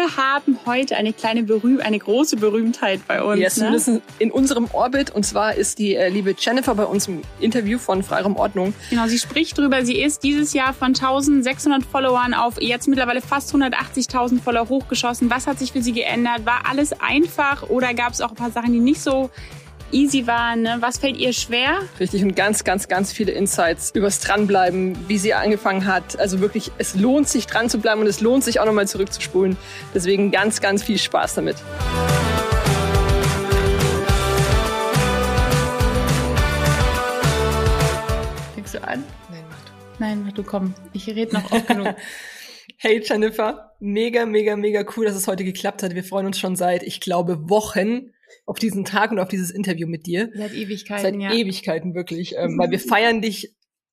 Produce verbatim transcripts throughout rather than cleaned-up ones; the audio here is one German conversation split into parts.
wir haben heute eine kleine Berühm, eine große Berühmtheit bei uns. Yes, ne? Wir in unserem Orbit. Und zwar ist die äh, liebe Jennifer bei uns im Interview von Freiraum Ordnung. Genau, sie spricht drüber. Sie ist dieses Jahr von eintausendsechshundert Followern auf jetzt mittlerweile fast hundertachtzigtausend Follower hochgeschossen. Was hat sich für sie geändert? War alles einfach oder gab es auch ein paar Sachen, die nicht so easy waren? Ne? Was fällt ihr schwer? Richtig, und ganz, ganz, ganz viele Insights übers Dranbleiben, wie sie angefangen hat. Also wirklich, es lohnt sich dran zu bleiben und es lohnt sich auch nochmal zurückzuspulen. Deswegen ganz, ganz viel Spaß damit. Fängst du an? Nein, mach du. Nein, mach du, komm. Ich rede noch oft genug. Hey Jennifer, mega, mega, mega cool, dass es heute geklappt hat. Wir freuen uns schon seit, ich glaube, Wochen auf diesen Tag und auf dieses Interview mit dir. Seit Ewigkeiten, Seit ja. Ewigkeiten, wirklich. Ähm, weil wir feiern dich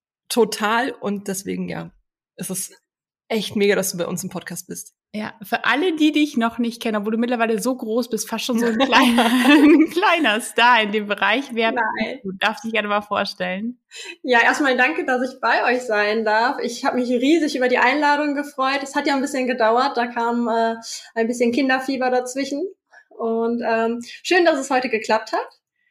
total und deswegen, ja, es ist echt mega, dass du bei uns im Podcast bist. Ja, für alle, die dich noch nicht kennen, obwohl du mittlerweile so groß bist, fast schon so ein kleiner, ein kleiner Star in dem Bereich, wer Nein. du darfst dich gerne mal vorstellen. Ja, erstmal danke, dass ich bei euch sein darf. Ich habe mich riesig über die Einladung gefreut. Es hat ja ein bisschen gedauert, da kam äh, ein bisschen Kinderfieber dazwischen. Und ähm, schön, dass es heute geklappt hat.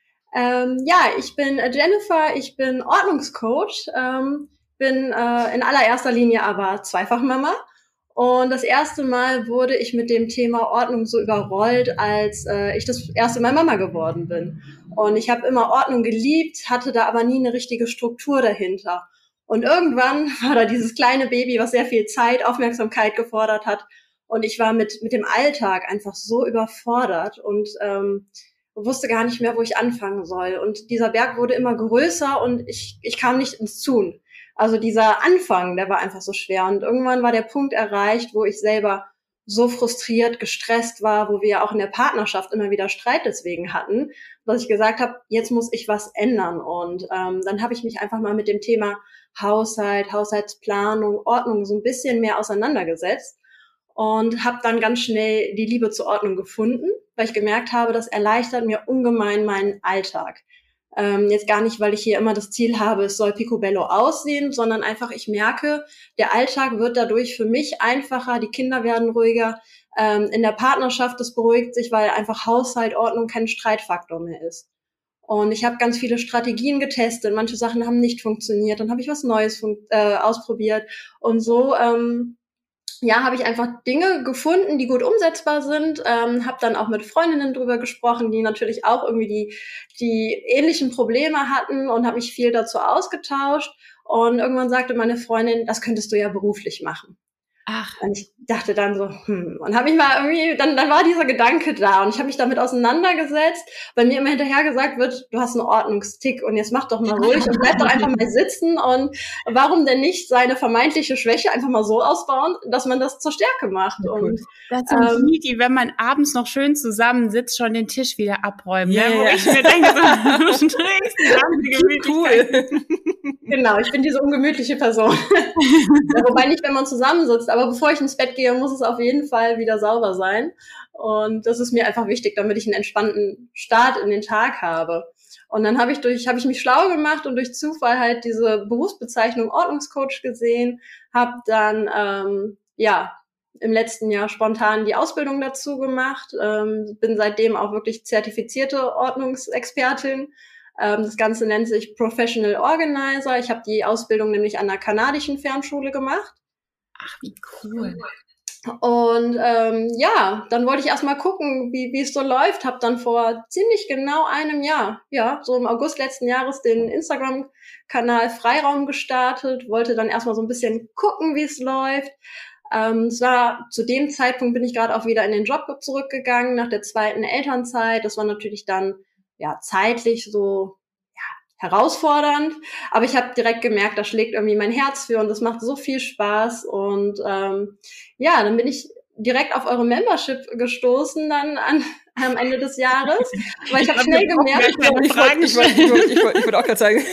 Ähm, ja, ich bin Jennifer, ich bin Ordnungscoach, ähm, bin äh, in allererster Linie aber Zweifachmama. Und das erste Mal wurde ich mit dem Thema Ordnung so überrollt, als äh, ich das erste Mal Mama geworden bin. Und ich habe immer Ordnung geliebt, hatte da aber nie eine richtige Struktur dahinter. Und irgendwann war da dieses kleine Baby, was sehr viel Zeit, Aufmerksamkeit gefordert hat. Und ich war mit mit dem Alltag einfach so überfordert und ähm, wusste gar nicht mehr, wo ich anfangen soll. Und dieser Berg wurde immer größer und ich ich kam nicht ins Tun. Also dieser Anfang, der war einfach so schwer. Und irgendwann war der Punkt erreicht, wo ich selber so frustriert, gestresst war, wo wir ja auch in der Partnerschaft immer wieder Streit deswegen hatten, dass ich gesagt habe, jetzt muss ich was ändern. Und ähm, dann habe ich mich einfach mal mit dem Thema Haushalt, Haushaltsplanung, Ordnung so ein bisschen mehr auseinandergesetzt und habe dann ganz schnell die Liebe zur Ordnung gefunden, weil ich gemerkt habe, das erleichtert mir ungemein meinen Alltag. Ähm, jetzt gar nicht, weil ich hier immer das Ziel habe, es soll picobello aussehen, sondern einfach, ich merke, der Alltag wird dadurch für mich einfacher, die Kinder werden ruhiger, ähm, in der Partnerschaft, das beruhigt sich, weil einfach Haushalt, Ordnung kein Streitfaktor mehr ist. Und ich habe ganz viele Strategien getestet, manche Sachen haben nicht funktioniert, dann habe ich was Neues fun- äh, ausprobiert und so ähm, ja, habe ich einfach Dinge gefunden, die gut umsetzbar sind, ähm, habe dann auch mit Freundinnen drüber gesprochen, die natürlich auch irgendwie die die ähnlichen Probleme hatten und habe mich viel dazu ausgetauscht und irgendwann sagte meine Freundin, das könntest du ja beruflich machen. Ach. Und ich dachte dann so, hm, und habe ich mal irgendwie, dann, dann war dieser Gedanke da und ich habe mich damit auseinandergesetzt, weil mir immer hinterher gesagt wird, du hast einen Ordnungstick und jetzt mach doch mal ruhig und bleib doch einfach mal sitzen und warum denn nicht seine vermeintliche Schwäche einfach mal so ausbauen, dass man das zur Stärke macht. Ja, cool. Und Das sind ähm, die, die, wenn man abends noch schön zusammensitzt, schon den Tisch wieder abräumen. Yeah. Ne? Wo ich mir denke, so, du streichst zusammen die Gemütlichkeit. Cool. Genau, ich bin diese ungemütliche Person. Ja, wobei nicht, wenn man zusammensitzt, aber bevor ich ins Bett gehe, muss es auf jeden Fall wieder sauber sein. Und das ist mir einfach wichtig, damit ich einen entspannten Start in den Tag habe. Und dann habe ich durch, habe ich mich schlau gemacht und durch Zufall halt diese Berufsbezeichnung Ordnungscoach gesehen, habe dann ähm, ja im letzten Jahr spontan die Ausbildung dazu gemacht, ähm, bin seitdem auch wirklich zertifizierte Ordnungsexpertin. Das Ganze nennt sich Professional Organizer. Ich habe die Ausbildung nämlich an einer kanadischen Fernschule gemacht. Ach, wie cool. Und ähm, ja, dann wollte ich erst mal gucken, wie wie es so läuft. Habe dann vor ziemlich genau einem Jahr, ja, so im August letzten Jahres den Instagram-Kanal Freiraum gestartet. Wollte dann erstmal so ein bisschen gucken, wie es läuft. Ähm, es war, zu dem Zeitpunkt bin ich gerade auch wieder in den Job zurückgegangen, nach der zweiten Elternzeit. Das war natürlich dann ja zeitlich so ja, herausfordernd, aber ich habe direkt gemerkt, da schlägt irgendwie mein Herz für und das macht so viel Spaß und ähm, ja, dann bin ich direkt auf eure Membership gestoßen dann an, am Ende des Jahres, weil ich, ich habe schnell gemerkt, ich wollte ich wollt, ich wollt, ich wollt, ich wollt, ich wollt auch gerade sagen,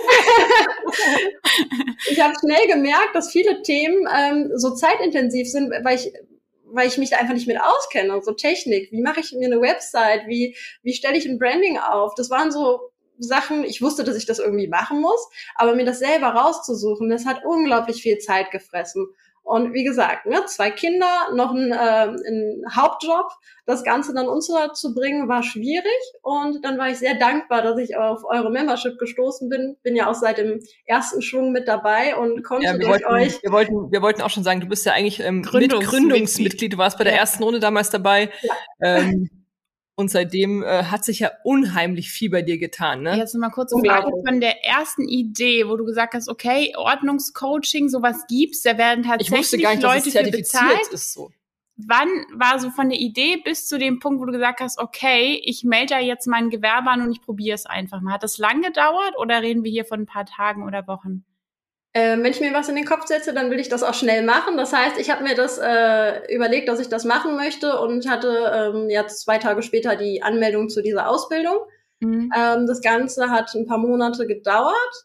ich habe schnell gemerkt, dass viele Themen ähm, so zeitintensiv sind, weil ich weil ich mich da einfach nicht mit auskenne, so Technik, wie mache ich mir eine Website, wie wie stelle ich ein Branding auf, das waren so Sachen, ich wusste, dass ich das irgendwie machen muss, aber mir das selber rauszusuchen, das hat unglaublich viel Zeit gefressen. Und wie gesagt, ne, zwei Kinder, noch ein, äh, ein Hauptjob, das Ganze dann unterzubringen, war schwierig. Und dann war ich sehr dankbar, dass ich auf eure Membership gestoßen bin. Bin ja auch seit dem ersten Schwung mit dabei und konnte ja, wir durch wollten, euch... Wir wollten, wir wollten auch schon sagen, du bist ja eigentlich ähm, Gründungsmitglied. Gründungsmitglied. Du warst bei der Ja. ersten Runde damals dabei. Ja. Ähm, Und seitdem äh, hat sich ja unheimlich viel bei dir getan, ne? Jetzt noch mal kurz eine Frage von der ersten Idee, wo du gesagt hast, okay, Ordnungscoaching, sowas gibt's, da werden Ich wusste tatsächlich gar nicht, dass Leute es für zertifiziert bezahlt. ist so. Wann war so von der Idee bis zu dem Punkt, wo du gesagt hast, okay, ich melde da jetzt mein Gewerbe an und ich probiere es einfach mal. Hat das lang gedauert oder reden wir hier von ein paar Tagen oder Wochen? Ähm, wenn ich mir was in den Kopf setze, dann will ich das auch schnell machen. Das heißt, ich habe mir das äh, überlegt, dass ich das machen möchte und hatte ähm, jetzt zwei Tage später die Anmeldung zu dieser Ausbildung. Mhm. Ähm, das Ganze hat ein paar Monate gedauert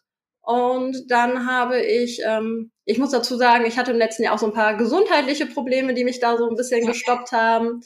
und dann habe ich, ähm, ich muss dazu sagen, ich hatte im letzten Jahr auch so ein paar gesundheitliche Probleme, die mich da so ein bisschen gestoppt haben.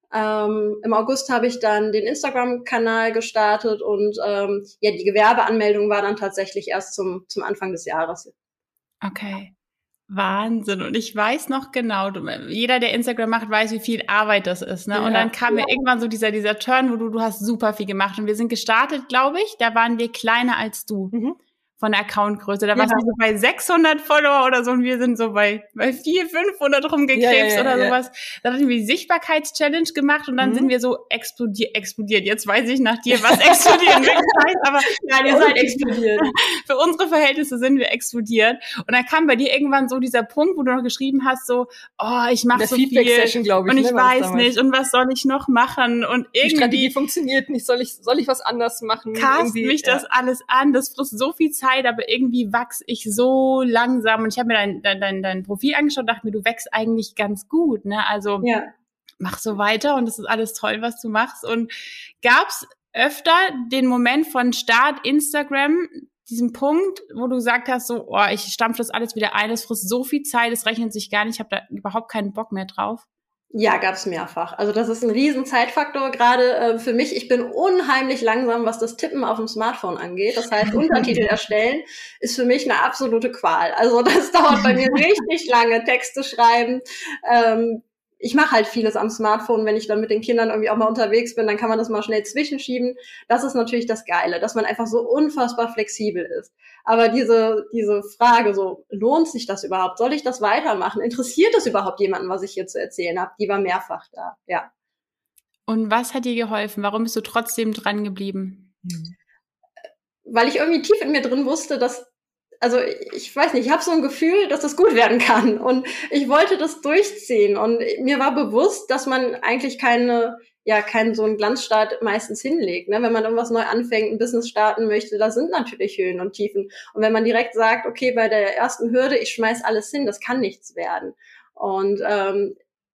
Ähm, im August habe ich dann den Instagram-Kanal gestartet und ähm, ja, die Gewerbeanmeldung war dann tatsächlich erst zum zum Anfang des Jahres. Okay. Wahnsinn. Und ich weiß noch genau, du, jeder, der Instagram macht, weiß, wie viel Arbeit das ist, ne? Ja. Und dann kam mir irgendwann so dieser, dieser Turn, wo du, du hast super viel gemacht. Und wir sind gestartet, glaube ich, da waren wir kleiner als du. Mhm. Von der Accountgröße. Da Ja. warst du so bei sechshundert Follower oder so und wir sind so bei, bei vierhundert, fünfhundert rumgekrebst Ja, ja, ja, oder ja. sowas. Dann hatten wir die Sichtbarkeitschallenge gemacht und dann Mhm. sind wir so explodiert, explodiert. Jetzt weiß ich nach dir, was explodieren wirklich heißt, aber Nein, ihr seid explodiert. für unsere Verhältnisse sind wir explodiert. Und dann kam bei dir irgendwann so dieser Punkt, wo du noch geschrieben hast, so, oh, ich In mache der so viel Feedback-Session, glaube ich. und ich ne, war das weiß damals. nicht und was soll ich noch machen und Die Strategie irgendwie funktioniert nicht. Soll ich, soll ich was anders machen? cast Irgendwie, mich das ja. alles an, das frisst so viel Zeit, aber irgendwie wachse ich so langsam und ich habe mir dein, dein, dein, dein Profil angeschaut und dachte mir, du wächst eigentlich ganz gut, ne? Also Ja. mach so weiter und das ist alles toll, was du machst. Und gab's öfter den Moment von Start Instagram, diesen Punkt, wo du gesagt hast, so, oh, ich stampfe das alles wieder ein, das frisst so viel Zeit, es rechnet sich gar nicht, ich habe da überhaupt keinen Bock mehr drauf. Ja, gab's mehrfach. Also das ist ein riesen Zeitfaktor, gerade äh, für mich. Ich bin unheimlich langsam, was das Tippen auf dem Smartphone angeht. Das heißt, Untertitel erstellen ist für mich eine absolute Qual. Also das dauert bei mir richtig lange, Texte schreiben. Ähm, ich mache halt vieles am Smartphone. Wenn ich dann mit den Kindern irgendwie auch mal unterwegs bin, dann kann man das mal schnell zwischenschieben. Das ist natürlich das Geile, dass man einfach so unfassbar flexibel ist. Aber diese diese Frage, so, lohnt sich das überhaupt? Soll ich das weitermachen? Interessiert es überhaupt jemanden, was ich hier zu erzählen habe? Die war mehrfach da, ja. Und was hat dir geholfen? Warum bist du trotzdem dran geblieben? Weil ich irgendwie tief in mir drin wusste, dass, also ich weiß nicht, ich habe so ein Gefühl, dass das gut werden kann. Und ich wollte das durchziehen. Und mir war bewusst, dass man eigentlich keine, ja, keinen so einen Glanzstart meistens hinlegt. Ne? Wenn man irgendwas neu anfängt, ein Business starten möchte, da sind natürlich Höhen und Tiefen. Und wenn man direkt sagt, okay, bei der ersten Hürde, ich schmeiß alles hin, das kann nichts werden. Und ähm,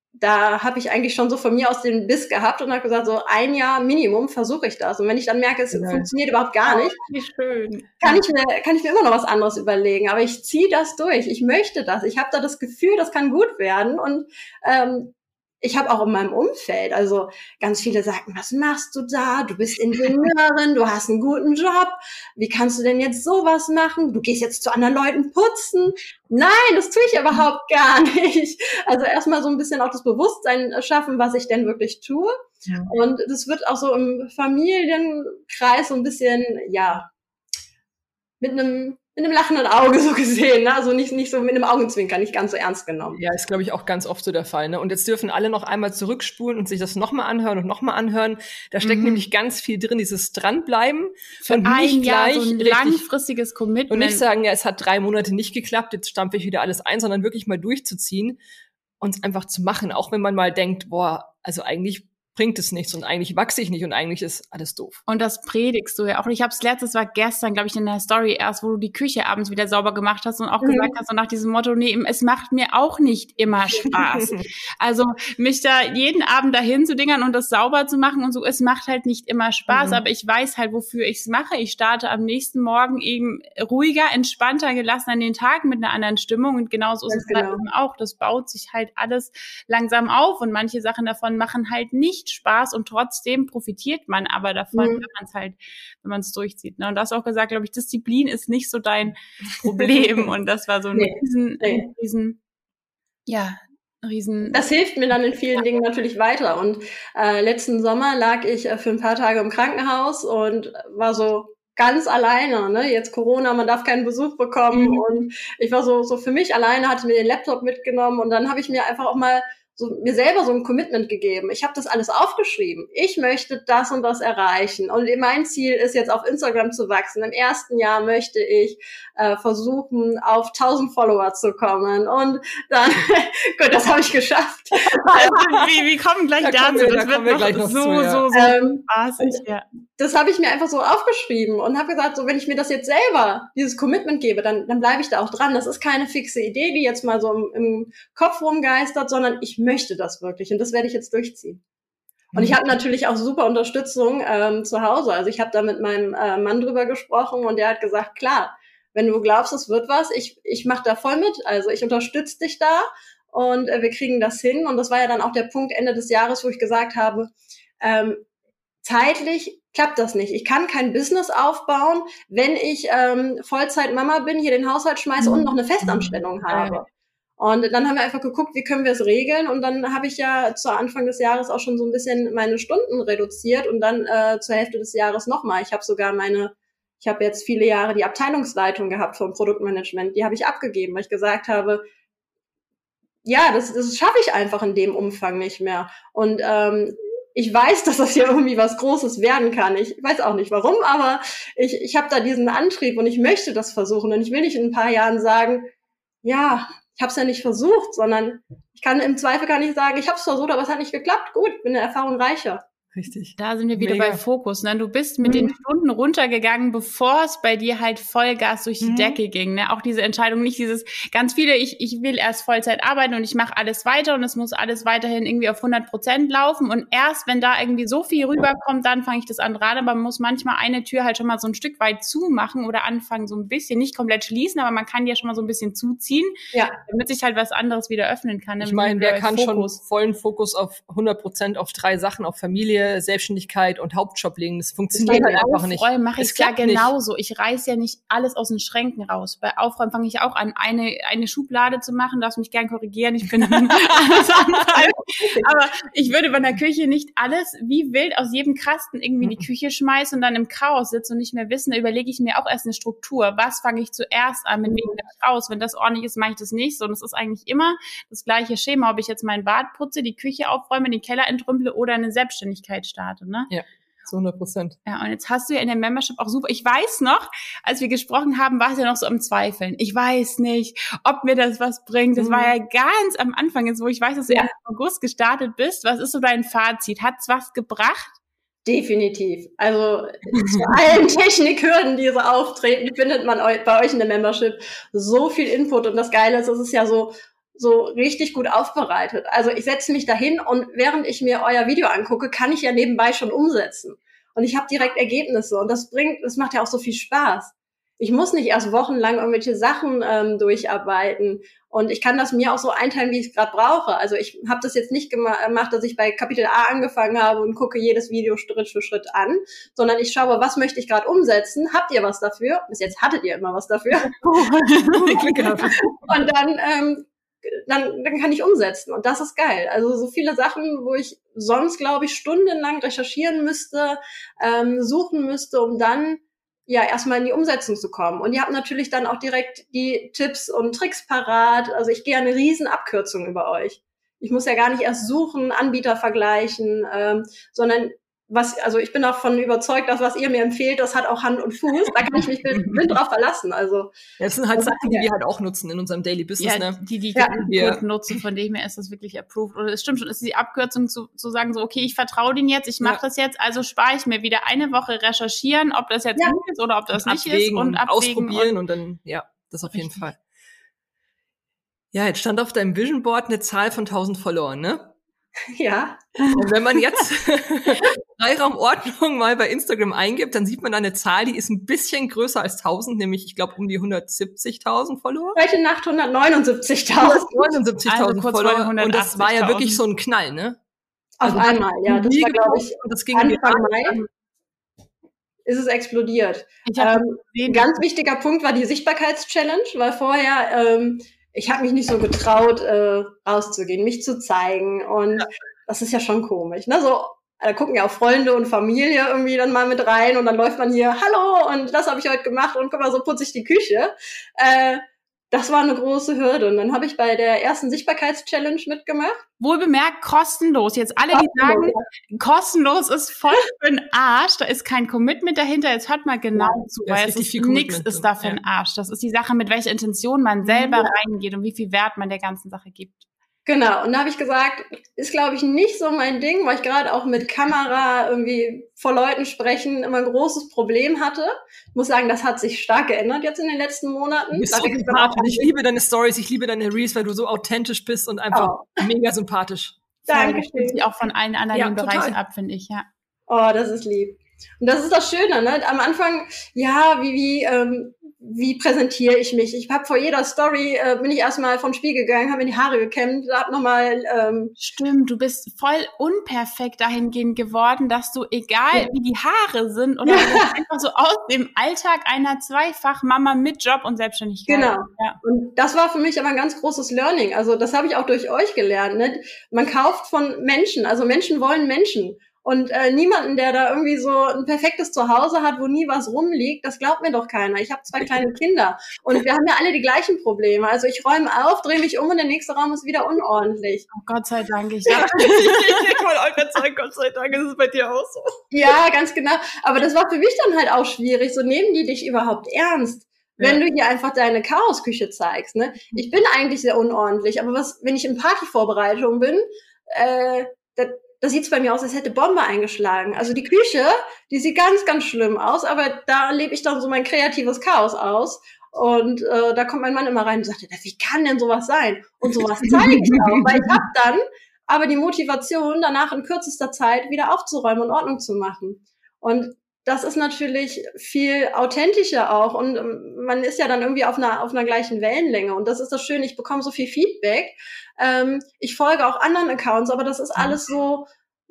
da habe ich eigentlich schon so von mir aus den Biss gehabt und habe gesagt, so ein Jahr Minimum versuche ich das. Und wenn ich dann merke, es Ja. funktioniert überhaupt gar nicht, Wie schön. kann ich mir kann ich mir immer noch was anderes überlegen. Aber ich ziehe das durch. Ich möchte das. Ich habe da das Gefühl, das kann gut werden. Und ähm, ich habe auch in meinem Umfeld, also ganz viele sagen, was machst du da? Du bist Ingenieurin, du hast einen guten Job. Wie kannst du denn jetzt sowas machen? Du gehst jetzt zu anderen Leuten putzen. Nein, das tue ich überhaupt gar nicht. Also erstmal so ein bisschen auch das Bewusstsein schaffen, was ich denn wirklich tue. Ja. Und das wird auch so im Familienkreis so ein bisschen, ja, mit einem mit einem lachenden Auge so gesehen, ne? Also nicht nicht so mit einem Augenzwinkern, nicht ganz so ernst genommen. Ja, ist, glaube ich, auch ganz oft so der Fall. Ne? Und jetzt dürfen alle noch einmal zurückspulen und sich das nochmal anhören und nochmal anhören. Da steckt Mhm. nämlich ganz viel drin, dieses Dranbleiben. Für und ein nicht Jahr gleich so ein richtig, langfristiges Commitment. und nicht sagen, ja, es hat drei Monate nicht geklappt, jetzt stampfe ich wieder alles ein, sondern wirklich mal durchzuziehen und es einfach zu machen. Auch wenn man mal denkt, boah, also eigentlich bringt es nichts und eigentlich wachse ich nicht und eigentlich ist alles doof. Und das predigst du ja auch. Ich habe es letztes, war gestern, glaube ich, in der Story erst, wo du die Küche abends wieder sauber gemacht hast und auch Mhm. gesagt hast, so nach diesem Motto, nee, es macht mir auch nicht immer Spaß. Also mich da jeden Abend dahin zu dingern und das sauber zu machen und so, es macht halt nicht immer Spaß, Mhm. aber ich weiß halt, wofür ich es mache. Ich starte am nächsten Morgen eben ruhiger, entspannter, gelassen an den Tag mit einer anderen Stimmung und genauso ist Ganz es halt genau. eben auch. Das baut sich halt alles langsam auf und manche Sachen davon machen halt nicht Spaß und trotzdem profitiert man aber davon, Mhm. wenn man es halt, wenn man es durchzieht. Ne? Und du hast auch gesagt, glaube ich, Disziplin ist nicht so dein Problem und das war so ein Nee. riesen, Nee. ein riesen Ja, riesen. Das hilft mir dann in vielen Dingen natürlich weiter. Und äh, letzten Sommer lag ich äh, für ein paar Tage im Krankenhaus und war so ganz alleine, ne? Jetzt Corona, man darf keinen Besuch bekommen. Mhm. Und ich war so so für mich alleine, hatte mir den Laptop mitgenommen und dann habe ich mir einfach auch mal so mir selber so ein Commitment gegeben. Ich habe das alles aufgeschrieben. Ich möchte das und das erreichen. Und mein Ziel ist jetzt auf Instagram zu wachsen. Im ersten Jahr möchte ich äh, versuchen, auf tausend Follower zu kommen. Und dann, gut, das habe ich geschafft. wir, wir kommen gleich da dazu. Kommen wir, das da wird kommen wir noch gleich noch so, zu, ja. so, so ähm, spaßig. Ja. Das habe ich mir einfach so aufgeschrieben und habe gesagt, so wenn ich mir das jetzt selber, dieses Commitment gebe, dann, dann bleibe ich da auch dran. Das ist keine fixe Idee, die jetzt mal so im, im Kopf rumgeistert, sondern ich möchte das wirklich und das werde ich jetzt durchziehen. Und ich habe natürlich auch super Unterstützung ähm, zu Hause. Also ich habe da mit meinem äh, Mann drüber gesprochen und der hat gesagt, klar, wenn du glaubst, es wird was, ich ich mache da voll mit. Also ich unterstütze dich da und äh, wir kriegen das hin. Und das war ja dann auch der Punkt Ende des Jahres, wo ich gesagt habe, ähm, zeitlich klappt das nicht. Ich kann kein Business aufbauen, wenn ich ähm, Vollzeit-Mama bin, hier den Haushalt schmeiße und noch eine Festanstellung habe. Und dann haben wir einfach geguckt, wie können wir es regeln. Und dann habe ich ja zu Anfang des Jahres auch schon so ein bisschen meine Stunden reduziert und dann äh, zur Hälfte des Jahres nochmal. Ich habe sogar meine, ich habe jetzt viele Jahre die Abteilungsleitung gehabt vom Produktmanagement. Die habe ich abgegeben, weil ich gesagt habe, ja, das, das schaffe ich einfach in dem Umfang nicht mehr. Und ähm, ich weiß, dass das hier irgendwie was Großes werden kann. Ich weiß auch nicht warum, aber ich, ich habe da diesen Antrieb und ich möchte das versuchen. Und ich will nicht in ein paar Jahren sagen, ja, ich habe es ja nicht versucht, sondern ich kann im Zweifel gar nicht sagen, ich habe es versucht, aber es hat nicht geklappt. Gut, bin eine Erfahrung reicher. Richtig. Da sind wir wieder Mega. bei Fokus. Ne? Du bist mit mhm. den Stunden runtergegangen, bevor es bei dir halt Vollgas durch die mhm. Decke ging. Ne? Auch diese Entscheidung, nicht dieses, ganz viele, ich ich will erst Vollzeit arbeiten und ich mache alles weiter und es muss alles weiterhin irgendwie auf hundert Prozent laufen. Und erst, wenn da irgendwie so viel rüberkommt, dann fange ich das an. Gerade, aber man muss manchmal eine Tür halt schon mal so ein Stück weit zumachen oder anfangen so ein bisschen, nicht komplett schließen, aber man kann ja schon mal so ein bisschen zuziehen, ja. damit sich halt was anderes wieder öffnen kann. Ich meine, wer kann Fokus. schon vollen Fokus auf hundert Prozent auf drei Sachen, auf Familie, Selbstständigkeit und Hauptjob legen. Das funktioniert halt einfach nicht. Aufräumen mache ich ja genauso. Ich reiß ja nicht alles aus den Schränken raus. Bei Aufräumen fange ich auch an, eine eine Schublade zu machen. Darfst mich gern korrigieren. Ich bin dann alles andere. Aber ich würde bei einer Küche nicht alles wie wild aus jedem Kasten irgendwie in die Küche schmeißen und dann im Chaos sitzen und nicht mehr wissen. Da überlege ich mir auch erst eine Struktur. Was fange ich zuerst an? Mit wem gehe ich raus? Wenn das ordentlich ist, mache ich das nicht so. Und es ist eigentlich immer das gleiche Schema, ob ich jetzt mein Bad putze, die Küche aufräume, den Keller entrümple oder eine Selbstständigkeit starte. Ne? Ja, zu hundert Prozent. Ja, und jetzt hast du ja in der Membership auch super, ich weiß noch, als wir gesprochen haben, war es ja noch so am Zweifeln. Ich weiß nicht, ob mir das was bringt. Das mhm. war ja ganz am Anfang jetzt, wo ich weiß, dass du ja. erst im August gestartet bist. Was ist so dein Fazit? Hat's was gebracht? Definitiv. Also zu allen Technikhürden, die so auftreten, findet man bei euch in der Membership so viel Input. Und das Geile ist, es ist ja so so richtig gut aufbereitet. Also ich setze mich dahin und während ich mir euer Video angucke, kann ich ja nebenbei schon umsetzen. Und ich habe direkt Ergebnisse und das bringt, das macht ja auch so viel Spaß. Ich muss nicht erst wochenlang irgendwelche Sachen ähm, durcharbeiten und ich kann das mir auch so einteilen, wie ich es gerade brauche. Also ich habe das jetzt nicht gemacht, dass ich bei Kapitel A angefangen habe und gucke jedes Video Schritt für Schritt an, sondern ich schaue, was möchte ich gerade umsetzen? Habt ihr was dafür? Bis jetzt hattet ihr immer was dafür. Und dann ähm, Dann, dann kann ich umsetzen und das ist geil. Also so viele Sachen, wo ich sonst, glaube ich, stundenlang recherchieren müsste, ähm, suchen müsste, um dann ja erstmal in die Umsetzung zu kommen. Und ihr habt natürlich dann auch direkt die Tipps und Tricks parat. Also ich gehe eine riesen Abkürzung über euch. Ich muss ja gar nicht erst suchen, Anbieter vergleichen, ähm, sondern was, also ich bin davon überzeugt, dass was ihr mir empfehlt, das hat auch Hand und Fuß. Da kann ich mich blind drauf verlassen. Also ja, das sind halt Sachen, die wir halt auch nutzen in unserem Daily Business. Ja, ne? die die ja. ja. nutzen, von dem her ist das wirklich approved. Oder es stimmt schon, ist die Abkürzung zu, zu sagen so, okay, ich vertraue den jetzt, ich mache ja. das jetzt, also spare ich mir wieder eine Woche recherchieren, ob das jetzt ja. gut ist oder ob das und nicht ist und, und abwägen ausprobieren und, und dann ja, das auf jeden Richtig. Fall. Ja, jetzt stand auf deinem Vision Board eine Zahl von tausend Followern, ne? Ja. Und wenn man jetzt Freiraumordnung mal bei Instagram eingibt, dann sieht man da eine Zahl, die ist ein bisschen größer als tausend, nämlich ich glaube um die hundertsiebzigtausend Follower. Heute Nacht hundertneunundsiebzigtausend. hundertneunundsiebzigtausend also Follower. Und das war ja wirklich so ein Knall, ne? Auf also einmal, ja. Das war, glaube ich, und das ging Anfang Mai ist es explodiert. Ähm, ein ganz wichtiger Punkt war die Sichtbarkeitschallenge, weil vorher ähm, ich habe mich nicht so getraut, äh, rauszugehen, mich zu zeigen. Und Ja. das ist ja schon komisch, ne? So, da gucken ja auch Freunde und Familie irgendwie dann mal mit rein und dann läuft man hier, hallo, und das habe ich heute gemacht und guck mal, so putze ich die Küche. Äh, das war eine große Hürde. Und dann habe ich bei der ersten Sichtbarkeits-Challenge mitgemacht. Wohlbemerkt kostenlos. Jetzt alle, die sagen, kostenlos ist voll für den Arsch, da ist kein Commitment dahinter. Jetzt hört mal genau ja, zu, weil es ist nichts ist da für den Arsch. Das ist die Sache, mit welcher Intention man selber ja. reingeht und wie viel Wert man der ganzen Sache gibt. Genau, und da habe ich gesagt, ist, glaube ich, nicht so mein Ding, weil ich gerade auch mit Kamera irgendwie vor Leuten sprechen immer ein großes Problem hatte. Ich muss sagen, das hat sich stark geändert jetzt in den letzten Monaten. Du bist so sympathisch. Ich liebe deine Stories, ich liebe deine Reels, weil du so authentisch bist und einfach oh. mega sympathisch. Dankeschön. Sie auch von allen anderen ja, Bereichen ab, finde ich, ja. Oh, das ist lieb. Und das ist das Schöne, ne? Am Anfang, ja, wie, wie, ähm, wie präsentiere ich mich? Ich habe vor jeder Story, äh, bin ich erstmal vom Spiegel gegangen, habe mir die Haare gekämmt, hab nochmal... Ähm, Stimmt, du bist voll unperfekt dahingehend geworden, dass du, egal ja. wie die Haare sind, oder ja. einfach so aus dem Alltag einer Zweifach-Mama mit Job und Selbstständigkeit. Genau. Ja. Und das war für mich aber ein ganz großes Learning. Also das habe ich auch durch euch gelernt. Ne? Man kauft von Menschen, also Menschen wollen Menschen. Und äh, niemanden, der da irgendwie so ein perfektes Zuhause hat, wo nie was rumliegt, das glaubt mir doch keiner. Ich habe zwei kleine Kinder und wir haben ja alle die gleichen Probleme. Also ich räume auf, drehe mich um und der nächste Raum ist wieder unordentlich. Oh, Gott sei Dank. Ich dachte, ich wollte euch gerade sagen, Gott sei Dank ist es bei dir auch so. Ja, ganz genau. Aber das war für mich dann halt auch schwierig. So, nehmen die dich überhaupt ernst? Wenn ja. du hier einfach deine Chaosküche zeigst, ne? Ich bin eigentlich sehr unordentlich, aber was, wenn ich in Partyvorbereitung bin, äh, das, da sieht's bei mir aus, als hätte Bombe eingeschlagen. Also die Küche, die sieht ganz, ganz schlimm aus, aber da lebe ich dann so mein kreatives Chaos aus. Und äh, da kommt mein Mann immer rein und sagt, wie kann denn sowas sein? Und sowas zeige ich auch, weil ich habe dann aber die Motivation, danach in kürzester Zeit wieder aufzuräumen und Ordnung zu machen. Und das ist natürlich viel authentischer auch und man ist ja dann irgendwie auf einer auf einer gleichen Wellenlänge und das ist das Schöne, ich bekomme so viel Feedback. Ähm, ich folge auch anderen Accounts, aber das ist alles so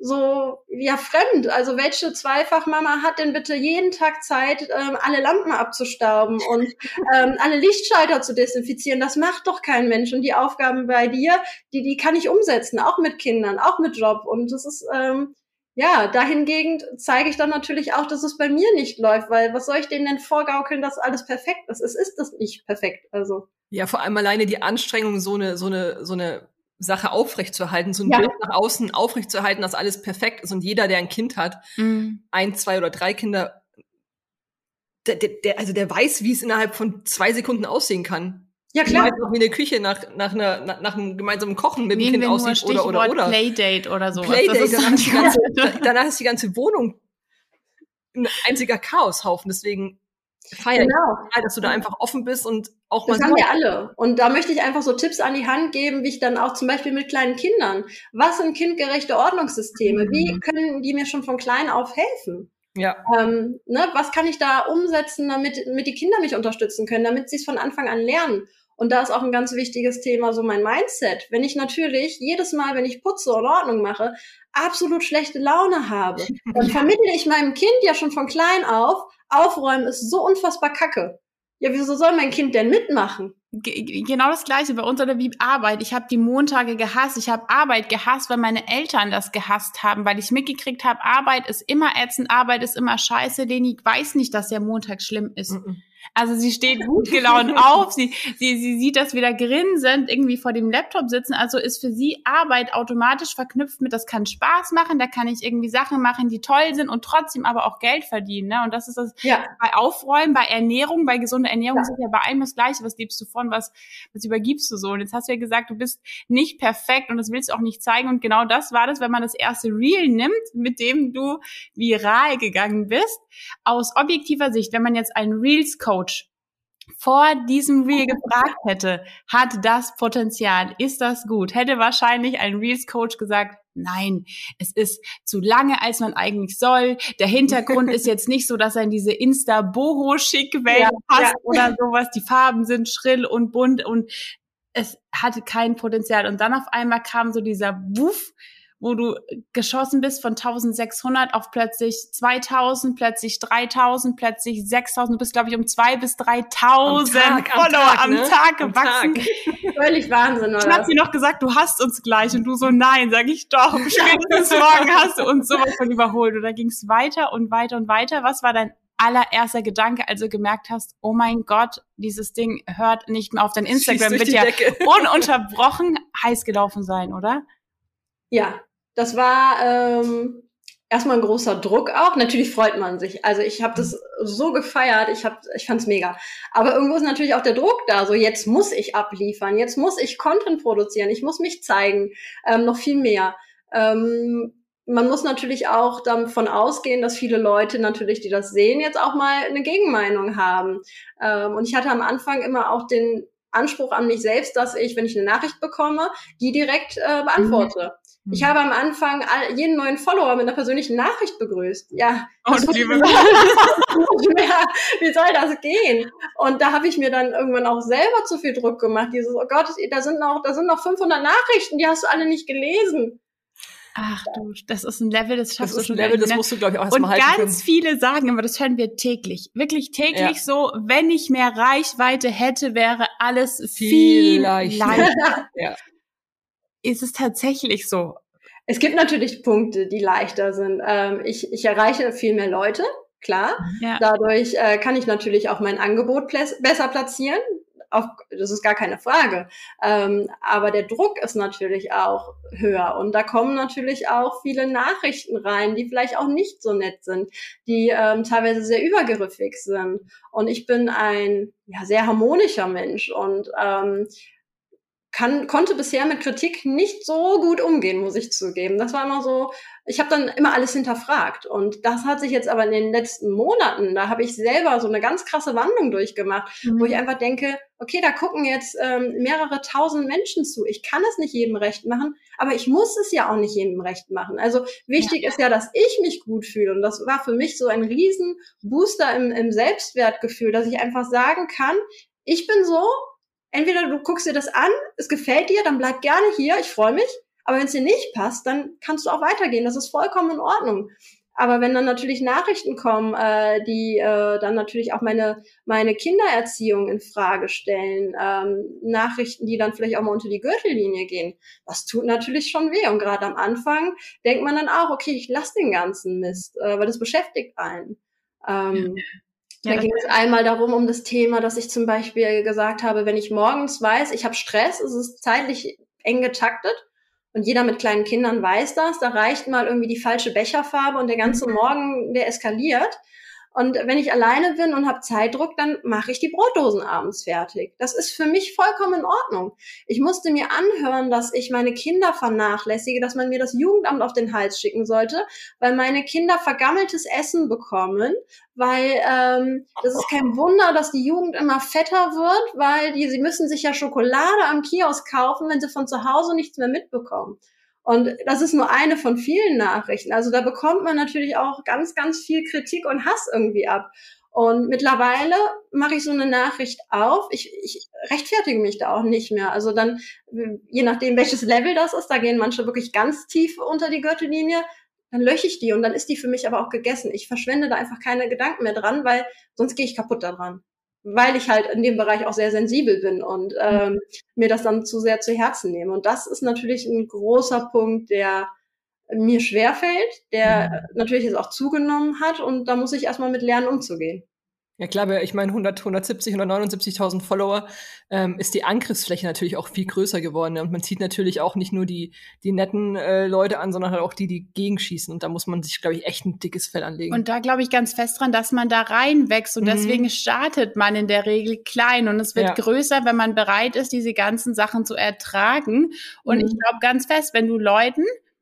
so ja fremd. Also welche Zweifachmama hat denn bitte jeden Tag Zeit, ähm, alle Lampen abzustauben und ähm, alle Lichtschalter zu desinfizieren? Das macht doch kein Mensch. Und die Aufgaben bei dir, die die kann ich umsetzen, auch mit Kindern, auch mit Job. Und das ist ähm, ja, dahingegen zeige ich dann natürlich auch, dass es bei mir nicht läuft, weil was soll ich denen denn vorgaukeln, dass alles perfekt ist? Es ist das nicht perfekt, also. Ja, vor allem alleine die Anstrengung, so eine, so eine, so eine Sache aufrechtzuerhalten, so ein ja. Bild nach außen aufrechtzuerhalten, dass alles perfekt ist und jeder, der ein Kind hat, mhm. ein, zwei oder drei Kinder, der, der, der, also der weiß, wie es innerhalb von zwei Sekunden aussehen kann. Ja, klar. Ich weiß auch, wie eine Küche nach, nach, einer, nach, nach einem gemeinsamen Kochen mit dem Kind aussieht oder, oder, oder. Playdate oder sowas. Playdate, das ist danach, ist die ganze, danach ist die ganze Wohnung ein einziger Chaoshaufen. Deswegen feiere genau. ich, dass du da einfach offen bist und auch das mal. Das haben wir alle. Und da möchte ich einfach so Tipps an die Hand geben, wie ich dann auch zum Beispiel mit kleinen Kindern. Was sind kindgerechte Ordnungssysteme? Mhm. Wie können die mir schon von klein auf helfen? Ja. Ähm, ne, was kann ich da umsetzen, damit, damit die Kinder mich unterstützen können, damit sie es von Anfang an lernen? Und da ist auch ein ganz wichtiges Thema so mein Mindset. Wenn ich natürlich jedes Mal, wenn ich putze und Ordnung mache, absolut schlechte Laune habe, dann vermittle ich meinem Kind ja schon von klein auf, Aufräumen ist so unfassbar kacke. Ja, wieso soll mein Kind denn mitmachen? G- genau das Gleiche bei uns oder wie Arbeit. Ich habe die Montage gehasst. Ich habe Arbeit gehasst, weil meine Eltern das gehasst haben, weil ich mitgekriegt habe, Arbeit ist immer ätzend, Arbeit ist immer scheiße. Leni weiß nicht, dass der Montag schlimm ist. Mm-mm. Also sie steht gut gelaunt auf, sie, sie, sie sieht das wieder grinsend irgendwie vor dem Laptop sitzen, also ist für sie Arbeit automatisch verknüpft mit, das kann Spaß machen, da kann ich irgendwie Sachen machen, die toll sind und trotzdem aber auch Geld verdienen, ne? Und das ist das ja. bei Aufräumen, bei Ernährung, bei gesunder Ernährung ja. ist ja bei allem das Gleiche, was lebst du von, was, was übergibst du so? Und jetzt hast du ja gesagt, du bist nicht perfekt und das willst du auch nicht zeigen und genau das war das, wenn man das erste Reel nimmt, mit dem du viral gegangen bist, aus objektiver Sicht, wenn man jetzt einen Reels-Coach vor diesem Reel gefragt hätte, hat das Potenzial, ist das gut, hätte wahrscheinlich ein Reels-Coach gesagt, nein, es ist zu lange, als man eigentlich soll. Der Hintergrund ist jetzt nicht so, dass er in diese Insta-Boho-Schick-Welt ja, passt ja. oder sowas. Die Farben sind schrill und bunt und es hatte kein Potenzial. Und dann auf einmal kam so dieser Wuff, wo du geschossen bist von eintausendsechshundert auf plötzlich zweitausend, plötzlich dreitausend, plötzlich sechstausend. Du bist, glaube ich, um zwei bis dreitausend Follower am Tag gewachsen. Völlig Wahnsinn, oder? Ich habe sie noch gesagt, du hast uns gleich. Und du so, nein, sag ich doch. Spätestens morgen hast du uns sowas von überholt. Und da ging es weiter und weiter und weiter. Was war dein allererster Gedanke, als du gemerkt hast, oh mein Gott, dieses Ding hört nicht mehr auf, dein Instagram wird ja ununterbrochen heiß gelaufen sein, oder? Ja, das war ähm, erstmal ein großer Druck auch. Natürlich freut man sich. Also ich habe das so gefeiert, ich hab, ich fand's mega. Aber irgendwo ist natürlich auch der Druck da. So, jetzt muss ich abliefern, jetzt muss ich Content produzieren, ich muss mich zeigen, ähm, noch viel mehr. Ähm, Man muss natürlich auch davon ausgehen, dass viele Leute natürlich, die das sehen, jetzt auch mal eine Gegenmeinung haben. Ähm, und ich hatte am Anfang immer auch den Anspruch an mich selbst, dass ich, wenn ich eine Nachricht bekomme, die direkt äh, beantworte. Mhm. Ich habe am Anfang all, jeden neuen Follower mit einer persönlichen Nachricht begrüßt. Ja, oh, liebe ja, wie soll das gehen? Und da habe ich mir dann irgendwann auch selber zu viel Druck gemacht. Dieses, oh Gott, da sind noch, da sind noch fünfhundert Nachrichten, die hast du alle nicht gelesen. Ach du, das ist ein Level, das schaffst das du schon. Das ist ein Level, das musst du, glaube ich, auch erstmal halten können. Und können. ganz viele sagen immer, das hören wir täglich, wirklich täglich ja. so, wenn ich mehr Reichweite hätte, wäre alles viel, viel leichter. leichter. ja. Ist es tatsächlich so? Es gibt natürlich Punkte, die leichter sind. Ähm, ich, ich erreiche viel mehr Leute, klar. Ja. Dadurch äh, kann ich natürlich auch mein Angebot pl- besser platzieren. Auf, das ist gar keine Frage. Ähm, aber der Druck ist natürlich auch höher. Und da kommen natürlich auch viele Nachrichten rein, die vielleicht auch nicht so nett sind, die ähm, teilweise sehr übergriffig sind. Und ich bin ein ja, sehr harmonischer Mensch und ähm, kann, konnte bisher mit Kritik nicht so gut umgehen, muss ich zugeben. Das war immer so, ich habe dann immer alles hinterfragt. Und das hat sich jetzt aber in den letzten Monaten, da habe ich selber so eine ganz krasse Wandlung durchgemacht, mhm. wo ich einfach denke, okay, da gucken jetzt ähm, mehrere tausend Menschen zu. Ich kann es nicht jedem recht machen, aber ich muss es ja auch nicht jedem recht machen. Also wichtig ja. ist ja, dass ich mich gut fühle. Und das war für mich so ein riesen Booster im, im Selbstwertgefühl, dass ich einfach sagen kann, ich bin so, entweder du guckst dir das an, es gefällt dir, dann bleib gerne hier, ich freue mich. Aber wenn es dir nicht passt, dann kannst du auch weitergehen. Das ist vollkommen in Ordnung. Aber wenn dann natürlich Nachrichten kommen, äh, die äh, dann natürlich auch meine meine Kindererziehung in Frage stellen, ähm, Nachrichten, die dann vielleicht auch mal unter die Gürtellinie gehen, das tut natürlich schon weh. Und gerade am Anfang denkt man dann auch, okay, ich lasse den ganzen Mist, äh, weil das beschäftigt einen. Ähm, Ja, da ging es einmal darum, um das Thema, dass ich zum Beispiel gesagt habe, wenn ich morgens weiß, ich habe Stress, es ist zeitlich eng getaktet und jeder mit kleinen Kindern weiß das, da reicht mal irgendwie die falsche Becherfarbe und der ganze Morgen, der eskaliert. Und wenn ich alleine bin und habe Zeitdruck, dann mache ich die Brotdosen abends fertig. Das ist für mich vollkommen in Ordnung. Ich musste mir anhören, dass ich meine Kinder vernachlässige, dass man mir das Jugendamt auf den Hals schicken sollte, weil meine Kinder vergammeltes Essen bekommen, weil ähm, das ist kein Wunder, dass die Jugend immer fetter wird, weil die sie müssen sich ja Schokolade am Kiosk kaufen, wenn sie von zu Hause nichts mehr mitbekommen. Und das ist nur eine von vielen Nachrichten. Also da bekommt man natürlich auch ganz, ganz viel Kritik und Hass irgendwie ab. Und mittlerweile mache ich so eine Nachricht auf. Ich, ich rechtfertige mich da auch nicht mehr. Also dann, je nachdem, welches Level das ist, da gehen manche wirklich ganz tief unter die Gürtellinie, dann lösche ich die und dann ist die für mich aber auch gegessen. Ich verschwende da einfach keine Gedanken mehr dran, weil sonst gehe ich kaputt daran. Weil ich halt in dem Bereich auch sehr sensibel bin und ähm, mir das dann zu sehr zu Herzen nehme. Und das ist natürlich ein großer Punkt, der mir schwerfällt, der natürlich jetzt auch zugenommen hat und da muss ich erstmal mit lernen, umzugehen. Ja klar, ich meine hundert, hundertsiebzig, hundertneunundsiebzigtausend Follower ähm, ist die Angriffsfläche natürlich auch viel größer geworden. Und man zieht natürlich auch nicht nur die die netten äh, Leute an, sondern halt auch die, die gegenschießen. Und da muss man sich, glaube ich, echt ein dickes Fell anlegen. Und da glaube ich ganz fest dran, dass man da reinwächst. Und mhm. deswegen startet man in der Regel klein. Und es wird ja. größer, wenn man bereit ist, diese ganzen Sachen zu ertragen. Und mhm. ich glaube ganz fest, wenn du Leuten,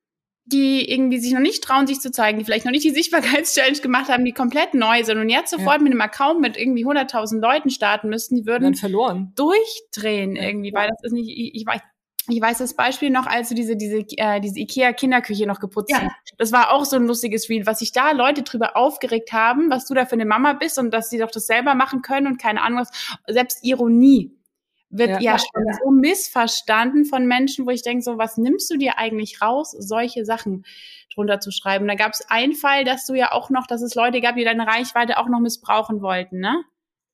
die irgendwie sich noch nicht trauen, sich zu zeigen, die vielleicht noch nicht die Sichtbarkeitschallenge gemacht haben, die komplett neu sind und jetzt sofort ja. mit einem Account mit irgendwie hunderttausend Leuten starten müssten, die würden dann verloren durchdrehen irgendwie, ja. weil das ist nicht, ich, ich weiß, ich weiß das Beispiel noch, als du diese diese äh, diese Ikea-Kinderküche noch geputzt hast. Ja. Das war auch so ein lustiges Reel, was sich da Leute drüber aufgeregt haben, was du da für eine Mama bist und dass sie doch das selber machen können und keine Ahnung was, selbst Ironie. wird ja, Ja, schon ja. so missverstanden von Menschen, wo ich denke, so, was nimmst du dir eigentlich raus, solche Sachen drunter zu schreiben? Da gab es einen Fall, dass du ja auch noch, dass es Leute gab, die deine Reichweite auch noch missbrauchen wollten, ne?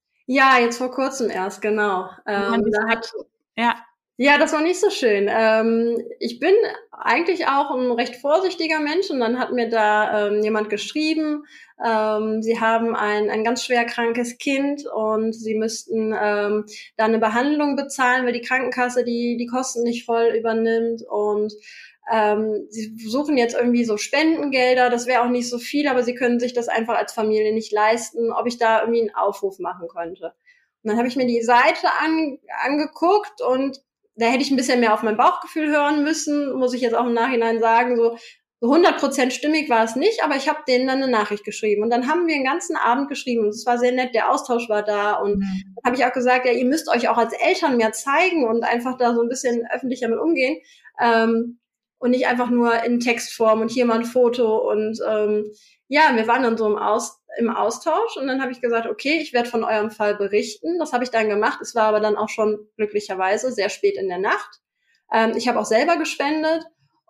Ja, jetzt vor kurzem erst, genau. Ähm, da hat, ja. Ja, das war nicht so schön. Ähm, ich bin eigentlich auch ein recht vorsichtiger Mensch und dann hat mir da ähm, jemand geschrieben, ähm, sie haben ein, ein ganz schwer krankes Kind und sie müssten ähm, da eine Behandlung bezahlen, weil die Krankenkasse die, die Kosten nicht voll übernimmt und ähm, sie suchen jetzt irgendwie so Spendengelder, das wäre auch nicht so viel, aber sie können sich das einfach als Familie nicht leisten, ob ich da irgendwie einen Aufruf machen könnte. Und dann habe ich mir die Seite an, angeguckt und da hätte ich ein bisschen mehr auf mein Bauchgefühl hören müssen, muss ich jetzt auch im Nachhinein sagen. So, so hundert Prozent stimmig war es nicht, aber ich habe denen dann eine Nachricht geschrieben. Und dann haben wir den ganzen Abend geschrieben und es war sehr nett, der Austausch war da. Und mhm. dann habe ich auch gesagt, ja, ihr müsst euch auch als Eltern mehr zeigen und einfach da so ein bisschen öffentlicher mit umgehen. Ähm, und nicht einfach nur in Textform und hier mal ein Foto. Und ähm, ja, wir waren dann so im, Aus, im Austausch und dann habe ich gesagt, okay, ich werde von eurem Fall berichten. Das habe ich dann gemacht. Es war aber dann auch schon glücklicherweise sehr spät in der Nacht. Ähm, ich habe auch selber gespendet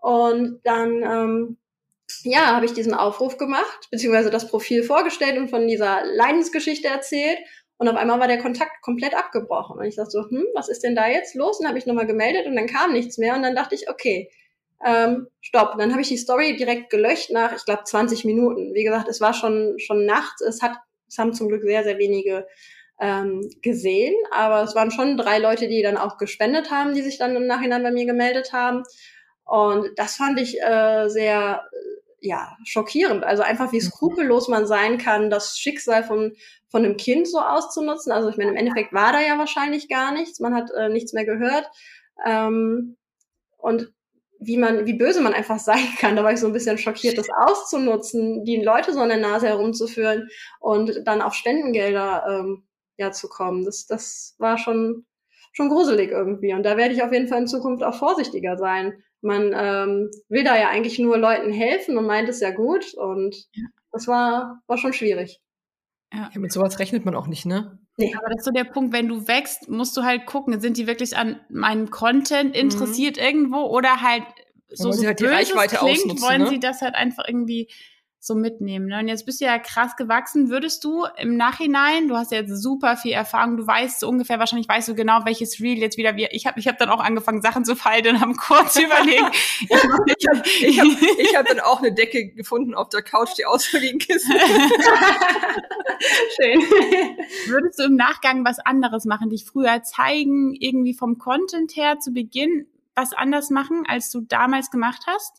und dann ähm, ja, habe ich diesen Aufruf gemacht, beziehungsweise das Profil vorgestellt und von dieser Leidensgeschichte erzählt. Und auf einmal war der Kontakt komplett abgebrochen. Und ich dachte so, hm, was ist denn da jetzt los? Und dann habe ich nochmal gemeldet und dann kam nichts mehr. Und dann dachte ich, okay, Ähm, stopp. Und dann habe ich die Story direkt gelöscht nach, ich glaube, zwanzig Minuten. Wie gesagt, es war schon schon nachts. Es hat, es haben zum Glück sehr, sehr wenige ähm, gesehen. Aber es waren schon drei Leute, die dann auch gespendet haben, die sich dann im Nachhinein bei mir gemeldet haben. Und das fand ich äh, sehr, äh, ja, schockierend. Also einfach, wie skrupellos man sein kann, das Schicksal von von einem Kind so auszunutzen. Also ich meine, im Endeffekt war da ja wahrscheinlich gar nichts. Man hat äh, nichts mehr gehört. Ähm, und wie man, wie böse man einfach sein kann. Da war ich so ein bisschen schockiert, das auszunutzen, die Leute so an der Nase herumzuführen und dann auf Spendengelder ähm, ja zu kommen. Das, das war schon schon gruselig irgendwie. Und da werde ich auf jeden Fall in Zukunft auch vorsichtiger sein. Man ähm, will da ja eigentlich nur Leuten helfen und meint es ja gut. Und ja. das war war schon schwierig. Ja. Ja, mit sowas rechnet man auch nicht, ne? Nee. Aber das ist so der Punkt, wenn du wächst, musst du halt gucken, sind die wirklich an meinem Content interessiert mhm. irgendwo oder halt so, so halt die Reichweite klingt, ausnutzen, wollen ne? sie das halt einfach irgendwie so mitnehmen. Ne? Und jetzt bist du ja krass gewachsen. Würdest du im Nachhinein, du hast ja jetzt super viel Erfahrung, du weißt so ungefähr, wahrscheinlich weißt du genau, welches Reel jetzt wieder, wir, ich habe ich hab dann auch angefangen, Sachen zu falten und haben kurz überlegt. ich habe ich hab, ich hab dann auch eine Decke gefunden auf der Couch, die aussah wie ein Kissen. Schön. Würdest du im Nachgang was anderes machen, dich früher zeigen, irgendwie vom Content her zu Beginn was anders machen, als du damals gemacht hast?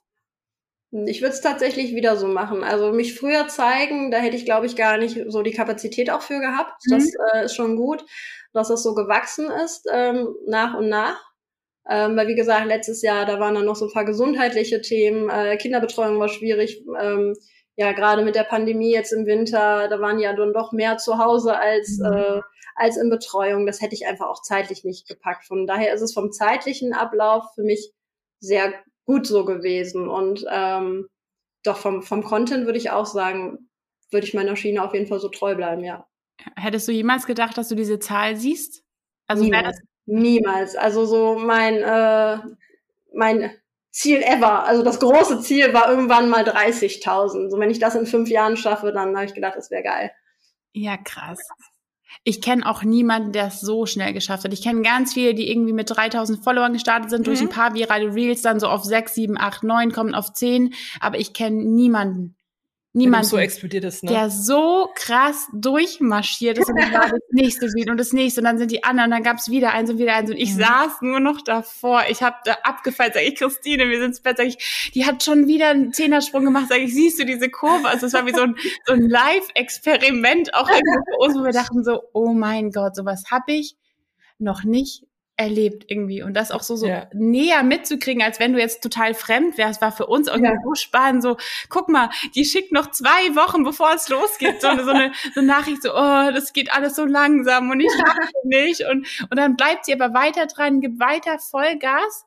Ich würde es tatsächlich wieder so machen. Also mich früher zeigen, da hätte ich, glaube ich, gar nicht so die Kapazität auch für gehabt. Mhm. Das äh, ist schon gut, dass das so gewachsen ist, ähm, nach und nach. Ähm, weil, wie gesagt, letztes Jahr, da waren dann noch so ein paar gesundheitliche Themen. Äh, Kinderbetreuung war schwierig. Ähm, ja, gerade mit der Pandemie jetzt im Winter, da waren ja dann doch mehr zu Hause als, mhm. äh, als in Betreuung. Das hätte ich einfach auch zeitlich nicht gepackt. Von daher ist es vom zeitlichen Ablauf für mich sehr gut so gewesen. Und ähm, doch vom, vom Content würde ich auch sagen, würde ich meiner Schiene auf jeden Fall so treu bleiben, ja. Hättest du jemals gedacht, dass du diese Zahl siehst? Also niemals. Das niemals. Also so mein, äh, mein Ziel ever, also das große Ziel war irgendwann mal dreißigtausend. So wenn ich das in fünf Jahren schaffe, dann habe ich gedacht, das wäre geil. Ja, krass. Ich kenne auch niemanden, der es so schnell geschafft hat. Ich kenne ganz viele, die irgendwie mit dreitausend Followern gestartet sind, mhm. durch ein paar virale Reels dann so auf sechs, sieben, acht, neun, kommen auf zehn. Aber ich kenne niemanden, niemanden, so explodiert ist, ne? der so krass durchmarschiert ist. Und dann war das nächste Video und das nächste. Und dann sind die anderen, dann gab es wieder eins und wieder eins. Und ich mhm. saß nur noch davor. Ich habe da abgefallen, sage ich, Christine, wir sind ins Bett, sage ich, die hat schon wieder einen Zehnersprung gemacht. Sage ich, siehst du diese Kurve? Also es war wie so ein, so ein Live-Experiment auch irgendwie für uns, wo wir dachten so, oh mein Gott, sowas habe ich noch nicht erlebt irgendwie. Und das auch so, so ja. näher mitzukriegen, als wenn du jetzt total fremd wärst, war für uns irgendwie ja. so spannend. So, guck mal, die schickt noch zwei Wochen, bevor es losgeht, so eine, so eine, so eine Nachricht, so, oh, das geht alles so langsam und ich schaffe nicht. Und, und dann bleibt sie aber weiter dran, gibt weiter Vollgas.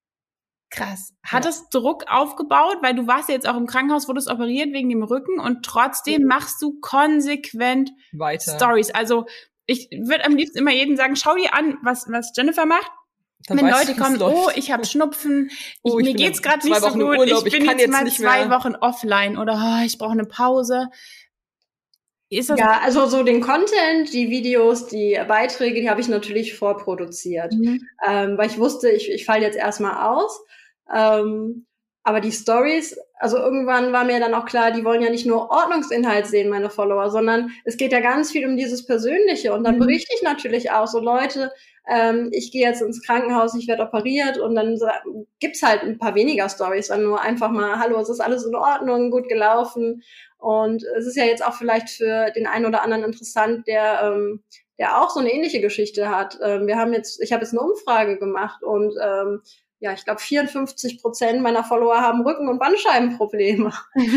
Krass. Hat ja. es Druck aufgebaut? Weil du warst ja jetzt auch im Krankenhaus, wurdest operiert wegen dem Rücken und trotzdem machst du konsequent weiter. Stories. Also, ich würde am liebsten immer jedem sagen, schau dir an, was, was Jennifer macht. Dann Wenn weißt Leute du, wie's kommen, läuft. oh, ich habe Schnupfen, Oh, ich, ich mir bin geht's in gerade zwei nicht so Wochen im gut, Urlaub, ich ich bin kann jetzt jetzt mal nicht zwei mehr. Wochen offline oder oh, ich brauche eine Pause. Ist das Ja, also so den Content, die Videos, die Beiträge, die habe ich natürlich vorproduziert, Mhm. ähm, weil ich wusste, ich, ich falle jetzt erstmal aus. Ähm, aber die Stories, also irgendwann war mir dann auch klar, die wollen ja nicht nur Ordnungsinhalt sehen, meine Follower, sondern es geht ja ganz viel um dieses Persönliche. Und dann Mhm. berichte ich natürlich auch so, Leute, ähm, ich gehe jetzt ins Krankenhaus, ich werde operiert und dann sa- gibt's halt ein paar weniger Stories, dann nur einfach mal, hallo, es ist alles in Ordnung, gut gelaufen. Und es ist ja jetzt auch vielleicht für den einen oder anderen interessant, der ähm, der auch so eine ähnliche Geschichte hat. Ähm, wir haben jetzt, ich habe jetzt eine Umfrage gemacht und ähm, ja, ich glaube vierundfünfzig Prozent meiner Follower haben Rücken- und Bandscheibenprobleme.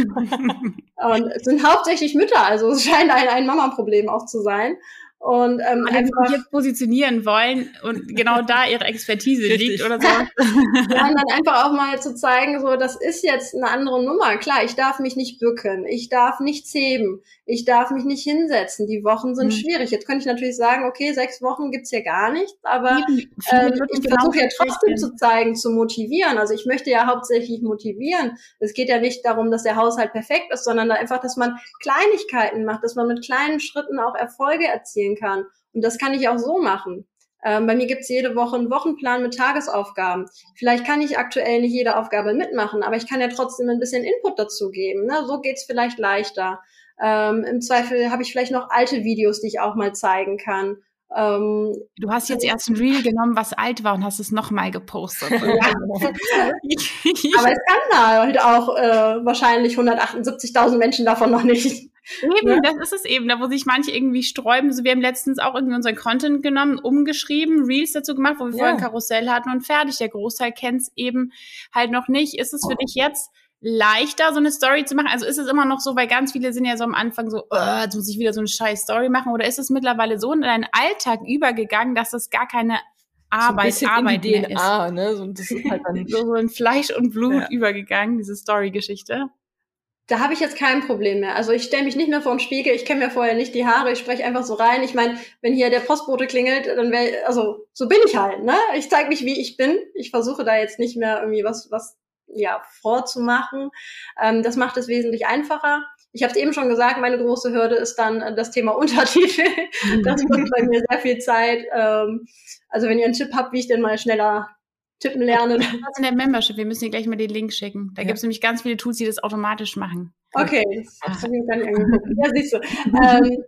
Und es sind hauptsächlich Mütter, also es scheint ein, ein Mama-Problem auch zu sein. Und ähm, Alle, die einfach sich jetzt positionieren wollen und genau da ihre Expertise Richtig. liegt oder so. ja, und dann einfach auch mal zu zeigen, so, das ist jetzt eine andere Nummer. Klar, ich darf mich nicht bücken, ich darf nichts heben, ich darf mich nicht hinsetzen. Die Wochen sind Mhm. schwierig. Jetzt könnte ich natürlich sagen, okay, sechs Wochen gibt's hier gar nichts, aber Eben, viele ähm, drücken ich genau versuche ja das trotzdem Häkchen. zu zeigen, zu motivieren. Also ich möchte ja hauptsächlich motivieren. Es geht ja nicht darum, dass der Haushalt perfekt ist, sondern da einfach, dass man Kleinigkeiten macht, dass man mit kleinen Schritten auch Erfolge erzielen kann. Und das kann ich auch so machen. Ähm, bei mir gibt's jede Woche einen Wochenplan mit Tagesaufgaben. Vielleicht kann ich aktuell nicht jede Aufgabe mitmachen, aber ich kann ja trotzdem ein bisschen Input dazu geben. Ne? So geht's vielleicht leichter. Ähm, Im Zweifel habe ich vielleicht noch alte Videos, die ich auch mal zeigen kann. Ähm, Du hast jetzt erst ein Reel genommen, was alt war und hast es nochmal gepostet. ja. Aber es kann halt auch äh, wahrscheinlich hundertachtundsiebzigtausend Menschen davon noch nicht. Eben, Ne? das ist es eben, da wo sich manche irgendwie sträuben. So, wir haben letztens auch irgendwie unseren Content genommen, umgeschrieben, Reels dazu gemacht, wo wir Ja. vorher ein Karussell hatten und fertig. Der Großteil kennt's eben halt noch nicht. Ist es für dich jetzt leichter, so eine Story zu machen? Also ist es immer noch so, weil ganz viele sind ja so am Anfang so, oh, jetzt muss ich wieder so eine scheiß Story machen. Oder ist es mittlerweile so in deinen Alltag übergegangen, dass es gar keine Arbeit, so ein bisschen Arbeit in die mehr D N ist? A, ne? So, das ist halt dann So, so in Fleisch und Blut Ja. übergegangen, diese Story-Geschichte. Da habe ich jetzt kein Problem mehr. Also ich stelle mich nicht mehr vor den Spiegel, ich kenne mir vorher nicht die Haare, ich spreche einfach so rein. Ich meine, wenn hier der Postbote klingelt, dann wäre, also so bin ich halt, ne? Ich zeige mich, wie ich bin. Ich versuche da jetzt nicht mehr irgendwie was, was ja vorzumachen. Ähm, das macht es wesentlich einfacher. Ich habe es eben schon gesagt, meine große Hürde ist dann äh, das Thema Untertitel. Das kostet bei mir sehr viel Zeit. Ähm, also wenn ihr einen Tipp habt, wie ich denn mal schneller tippen lerne. Was in der Membership? Wir müssen dir gleich mal den Link schicken. Da Ja. gibt's nämlich ganz viele Tools, die das automatisch machen. Okay, das habe ich mir gar nicht angeguckt. Ja, siehst du. Ähm,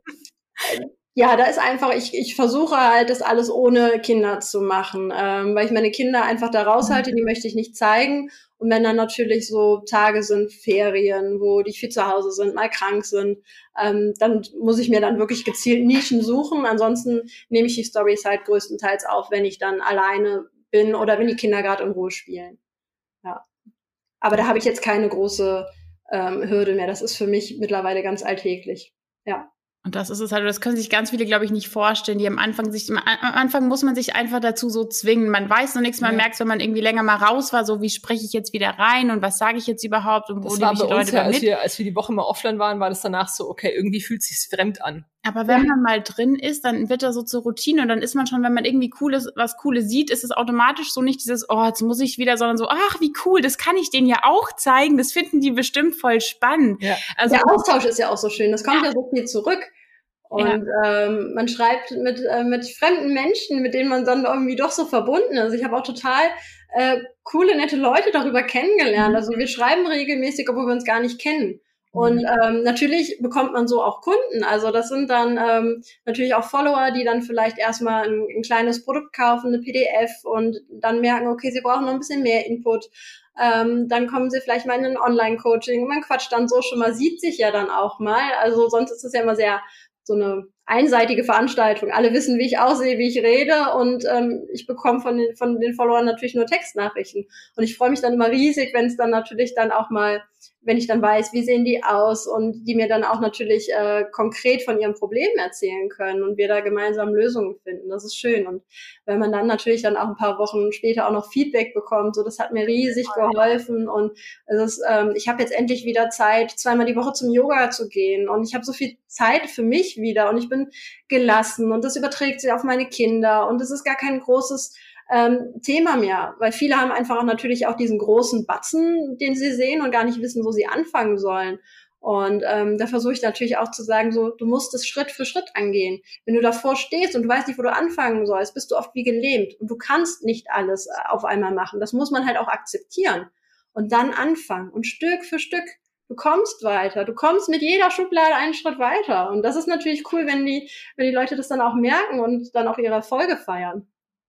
ja, da ist einfach, ich, ich versuche halt, das alles ohne Kinder zu machen, ähm, weil ich meine Kinder einfach da raushalte, die möchte ich nicht zeigen. Und wenn dann natürlich so Tage sind, Ferien, wo die viel zu Hause sind, mal krank sind, ähm, dann muss ich mir dann wirklich gezielt Nischen suchen. Ansonsten nehme ich die Storys halt größtenteils auf, wenn ich dann alleine bin oder wenn die Kinder gerade in Ruhe spielen. Ja. Aber da habe ich jetzt keine große ähm, Hürde mehr. Das ist für mich mittlerweile ganz alltäglich. Ja. Und das ist es halt, das können sich ganz viele, glaube ich, nicht vorstellen, die am Anfang sich, am Anfang muss man sich einfach dazu so zwingen. Man weiß noch nichts, man Ja. merkt, wenn man irgendwie länger mal raus war, so wie spreche ich jetzt wieder rein und was sage ich jetzt überhaupt und wo das nehme war ich bei die uns Leute ja, da als mit. wir, als wir die Woche mal offline waren, war das danach so, okay, irgendwie fühlt es sich fremd an. Aber wenn man mal drin ist, dann wird das so zur Routine und dann ist man schon, wenn man irgendwie cooles, was Cooles sieht, ist es automatisch so nicht dieses, oh, jetzt muss ich wieder, sondern so, ach, wie cool, das kann ich denen ja auch zeigen, das finden die bestimmt voll spannend. Ja. Also, Der Austausch ist ja auch so schön. Das kommt ja, ja so viel zurück. Und Ja. ähm, man schreibt mit äh, mit fremden Menschen, mit denen man dann irgendwie doch so verbunden ist. Ich habe auch total äh, coole, nette Leute darüber kennengelernt. Mhm. Also wir schreiben regelmäßig, obwohl wir uns gar nicht kennen. Und ähm, natürlich bekommt man so auch Kunden. Also das sind dann ähm, natürlich auch Follower, die dann vielleicht erstmal ein, ein kleines Produkt kaufen, eine P D F und dann merken, okay, sie brauchen noch ein bisschen mehr Input. Ähm, dann kommen sie vielleicht mal in ein Online-Coaching. Man quatscht dann so schon mal, sieht sich ja dann auch mal. Also sonst ist es ja immer sehr so eine einseitige Veranstaltung. Alle wissen, wie ich aussehe, wie ich rede und ähm, ich bekomme von den, von den Followern natürlich nur Textnachrichten. Und ich freue mich dann immer riesig, wenn es dann natürlich dann auch mal wenn ich dann weiß, wie sehen die aus und die mir dann auch natürlich äh, konkret von ihren Problemen erzählen können und wir da gemeinsam Lösungen finden. Das ist schön. Und wenn man dann natürlich dann auch ein paar Wochen später auch noch Feedback bekommt, so das hat mir riesig geholfen und es ist, ähm, ich habe jetzt endlich wieder Zeit, zweimal die Woche zum Yoga zu gehen und ich habe so viel Zeit für mich wieder und ich bin gelassen und das überträgt sich auf meine Kinder und es ist gar kein großes Ähm, Thema mehr, weil viele haben einfach auch natürlich auch diesen großen Batzen, den sie sehen und gar nicht wissen, wo sie anfangen sollen. Und ähm, da versuche ich natürlich auch zu sagen, so, du musst es Schritt für Schritt angehen. Wenn du davor stehst und du weißt nicht, wo du anfangen sollst, bist du oft wie gelähmt und du kannst nicht alles auf einmal machen. Das muss man halt auch akzeptieren und dann anfangen und Stück für Stück. Du kommst weiter, du kommst mit jeder Schublade einen Schritt weiter. Und das ist natürlich cool, wenn die, wenn die Leute das dann auch merken und dann auch ihre Erfolge feiern.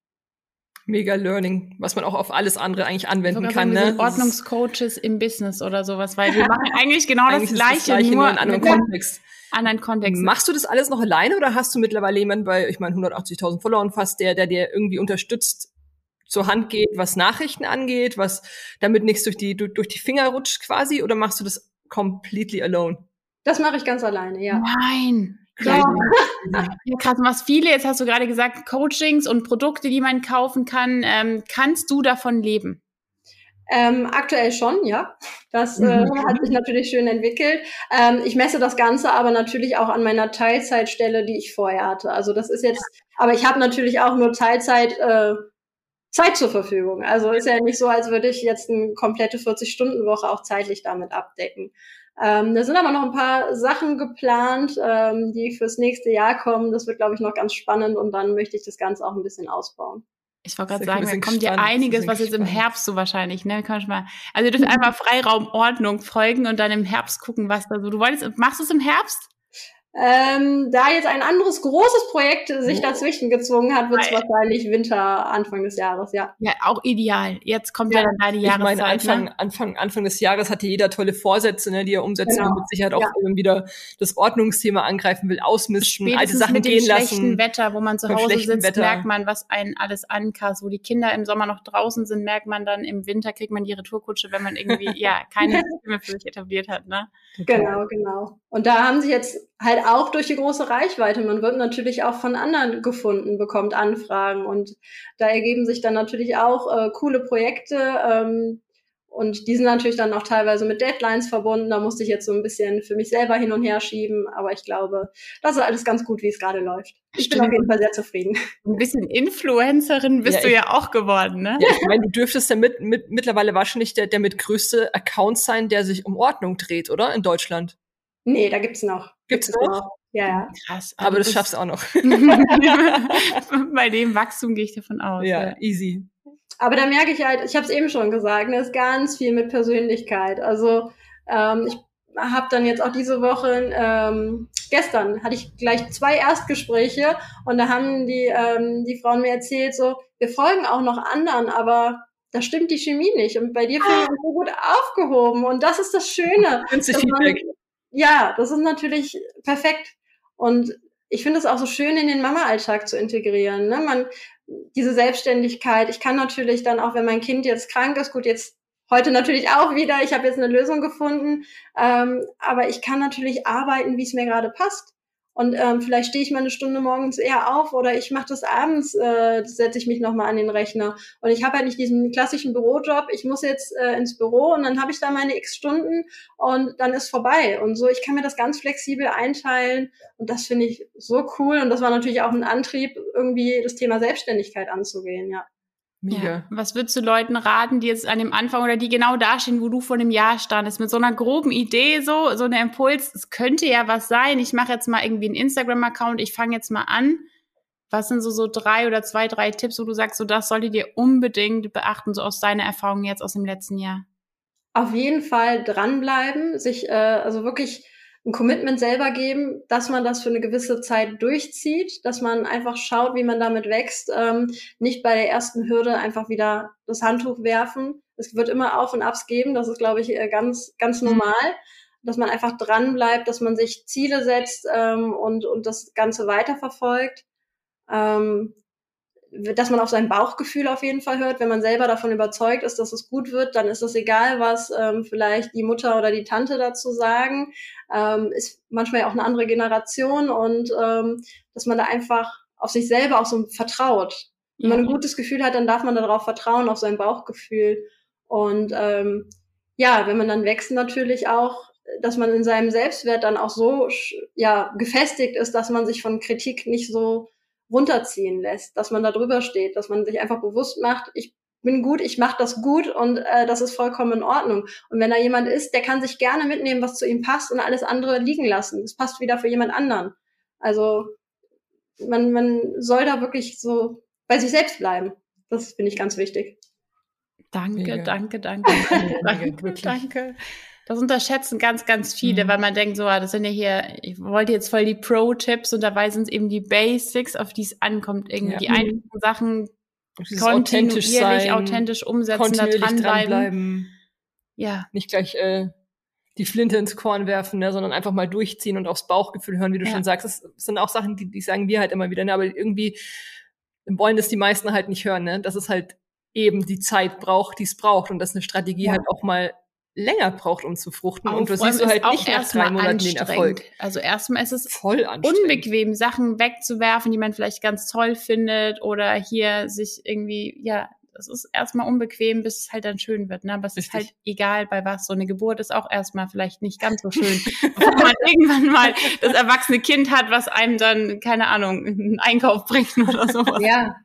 Mega Learning, was man auch auf alles andere eigentlich anwenden kann. Wir Ne? sind Ordnungscoaches im Business oder sowas, weil wir machen eigentlich genau eigentlich das, Gleiche, das Gleiche, nur, nur in anderen Kontext. Anderen Kontext. Machst du das alles noch alleine oder hast du mittlerweile jemanden bei, ich meine, hundertachtzigtausend Followern fast, der, der dir irgendwie unterstützt, zur Hand geht, was Nachrichten angeht, was damit nichts durch die, durch die Finger rutscht quasi, oder machst du das completely alone? Das mache ich ganz alleine, ja. Nein. Ja. Ja, krass. Was viele, jetzt hast du gerade gesagt, Coachings und Produkte, die man kaufen kann. Ähm, kannst du davon leben? Ähm, aktuell schon, ja. Das äh, hat sich natürlich schön entwickelt. Ähm, ich messe das Ganze aber natürlich auch an meiner Teilzeitstelle, die ich vorher hatte. Also das ist jetzt, aber ich habe natürlich auch nur Teilzeit äh, Zeit zur Verfügung. Also ist ja nicht so, als würde ich jetzt eine komplette vierzig-Stunden-Woche auch zeitlich damit abdecken. Ähm, da sind aber noch ein paar Sachen geplant, ähm, die fürs nächste Jahr kommen. Das wird, glaube ich, noch ganz spannend und dann möchte ich das Ganze auch ein bisschen ausbauen. Ich wollte gerade sagen, da kommt ja einiges, was jetzt im Herbst so wahrscheinlich, ne? Kann ich mal, also ihr dürft einmal Freiraumordnung folgen und dann im Herbst gucken, was da so. Du wolltest, machst du es im Herbst? Ähm, da jetzt ein anderes großes Projekt sich dazwischen gezwungen hat, wird es wahrscheinlich Winter, Anfang des Jahres, ja. Ja, auch ideal. Jetzt kommt ja, ja dann da die Jahreszeit. Ich meine, Anfang, ne? Anfang, Anfang des Jahres hatte jeder tolle Vorsätze, ne, die er umsetzen Genau. und mit Sicherheit auch Ja. wieder das Ordnungsthema angreifen will, ausmisten, alte Spätestens Sachen mit dem gehen schlechten lassen. Wetter, wo man zu Beim Hause schlechten sitzt, Wetter. merkt man, was einen alles ankasst. Wo die Kinder im Sommer noch draußen sind, merkt man dann, im Winter kriegt man die Retourkutsche, wenn man irgendwie, ja, keine Systeme für sich etabliert hat, ne? Genau, genau. Und da haben sie jetzt halt auch durch die große Reichweite, man wird natürlich auch von anderen gefunden, bekommt Anfragen und da ergeben sich dann natürlich auch äh, coole Projekte ähm, und die sind natürlich dann auch teilweise mit Deadlines verbunden. Da musste ich jetzt so ein bisschen für mich selber hin und her schieben, aber ich glaube, das ist alles ganz gut, wie es gerade läuft. Ich bin auf jeden Fall sehr zufrieden. Ein bisschen Influencerin bist Ja, du ich- ja auch geworden, ne? Ja, ich meine, du dürftest ja mit, mit, mittlerweile wahrscheinlich der, der mit größte Account sein, der sich um Ordnung dreht, oder? In Deutschland. Nee, da gibt's noch. Gibt's es noch? Ja, ja. Krass. Aber das das schaffst du auch noch. Bei dem Wachstum gehe ich davon aus. Ja, Ja. easy. Aber da merke ich halt, ich habe es eben schon gesagt, ne, ist ganz viel mit Persönlichkeit. Also ähm, ich habe dann jetzt auch diese Woche, ähm, gestern hatte ich gleich zwei Erstgespräche und da haben die ähm, die Frauen mir erzählt, so, wir folgen auch noch anderen, aber da stimmt die Chemie nicht. Und bei dir fühlen wir uns so gut aufgehoben. Und das ist das Schöne. Günstig dass man- Feedback. Ja, das ist natürlich perfekt. Und ich finde es auch so schön, in den Mama-Alltag zu integrieren. Ne? Man, diese Selbstständigkeit. Ich kann natürlich dann auch, wenn mein Kind jetzt krank ist, gut, jetzt heute natürlich auch wieder, ich habe jetzt eine Lösung gefunden, ähm, aber ich kann natürlich arbeiten, wie es mir gerade passt. Und ähm, vielleicht stehe ich mal eine Stunde morgens eher auf oder ich mache das abends, äh, setze ich mich nochmal an den Rechner. Und ich habe halt nicht diesen klassischen Bürojob, ich muss jetzt äh, ins Büro und dann habe ich da meine x Stunden und dann ist vorbei. Und so, ich kann mir das ganz flexibel einteilen und das finde ich so cool. Und das war natürlich auch ein Antrieb, irgendwie das Thema Selbstständigkeit anzugehen, ja. Mega. Ja. Was würdest du Leuten raten, die jetzt an dem Anfang oder die genau dastehen, wo du vor einem Jahr standest, mit so einer groben Idee, so so einer Impuls, es könnte ja was sein, ich mache jetzt mal irgendwie einen Instagram-Account, ich fange jetzt mal an. Was sind so so drei oder zwei, drei Tipps, wo du sagst, so das solltet ihr unbedingt beachten, so aus deiner Erfahrung jetzt aus dem letzten Jahr? Auf jeden Fall dranbleiben, sich äh, also wirklich ein Commitment selber geben, dass man das für eine gewisse Zeit durchzieht, dass man einfach schaut, wie man damit wächst, ähm, nicht bei der ersten Hürde einfach wieder das Handtuch werfen. Es wird immer Auf und Abs geben, das ist, glaube ich, äh, ganz ganz normal, dass man einfach dranbleibt, dass man sich Ziele setzt ähm, und und das Ganze weiterverfolgt. Ähm, dass man auf sein Bauchgefühl auf jeden Fall hört. Wenn man selber davon überzeugt ist, dass es gut wird, dann ist es egal, was ähm, vielleicht die Mutter oder die Tante dazu sagen. Ähm, ist manchmal ja auch eine andere Generation und ähm, dass man da einfach auf sich selber auch so vertraut. Wenn man ein gutes Gefühl hat, dann darf man darauf vertrauen, auf sein Bauchgefühl. Und ähm, ja, wenn man dann wächst natürlich auch, dass man in seinem Selbstwert dann auch so ja gefestigt ist, dass man sich von Kritik nicht so runterziehen lässt, dass man da drüber steht, dass man sich einfach bewusst macht, ich bin gut, ich mache das gut und äh, das ist vollkommen in Ordnung. Und wenn da jemand ist, der kann sich gerne mitnehmen, was zu ihm passt und alles andere liegen lassen. Es passt wieder für jemand anderen. Also man, man soll da wirklich so bei sich selbst bleiben. Das finde ich ganz wichtig. Danke, danke, danke, danke, danke, danke. Das unterschätzen ganz, ganz viele, mhm. weil man denkt, so, das sind ja hier, ich wollte jetzt voll die Pro-Tipps und dabei sind es eben die Basics, auf die es ankommt. Irgendwie ja. die einfachen Sachen kontinuierlich, sein, authentisch umsetzen, da dranbleiben. dranbleiben. Ja. Nicht gleich äh, die Flinte ins Korn werfen, ne, sondern einfach mal durchziehen und aufs Bauchgefühl hören, wie du ja. schon sagst. Das sind auch Sachen, die, die sagen wir halt immer wieder, ne, aber irgendwie wollen das die meisten halt nicht hören, ne, dass es halt eben die Zeit braucht, die es braucht und dass eine Strategie ja. halt auch mal länger braucht, um zu fruchten. Auch und du siehst du halt nicht nach drei Monaten den Erfolg. Also erstmal ist es voll unbequem, Sachen wegzuwerfen, die man vielleicht ganz toll findet oder hier sich irgendwie, ja, das ist erstmal unbequem, bis es halt dann schön wird. Ne? Aber es Richtig. Ist halt egal, bei was. So eine Geburt ist auch erstmal vielleicht nicht ganz so schön. Bevor man irgendwann mal das erwachsene Kind hat, was einem dann, keine Ahnung, einen Einkauf bringt oder sowas. Ja.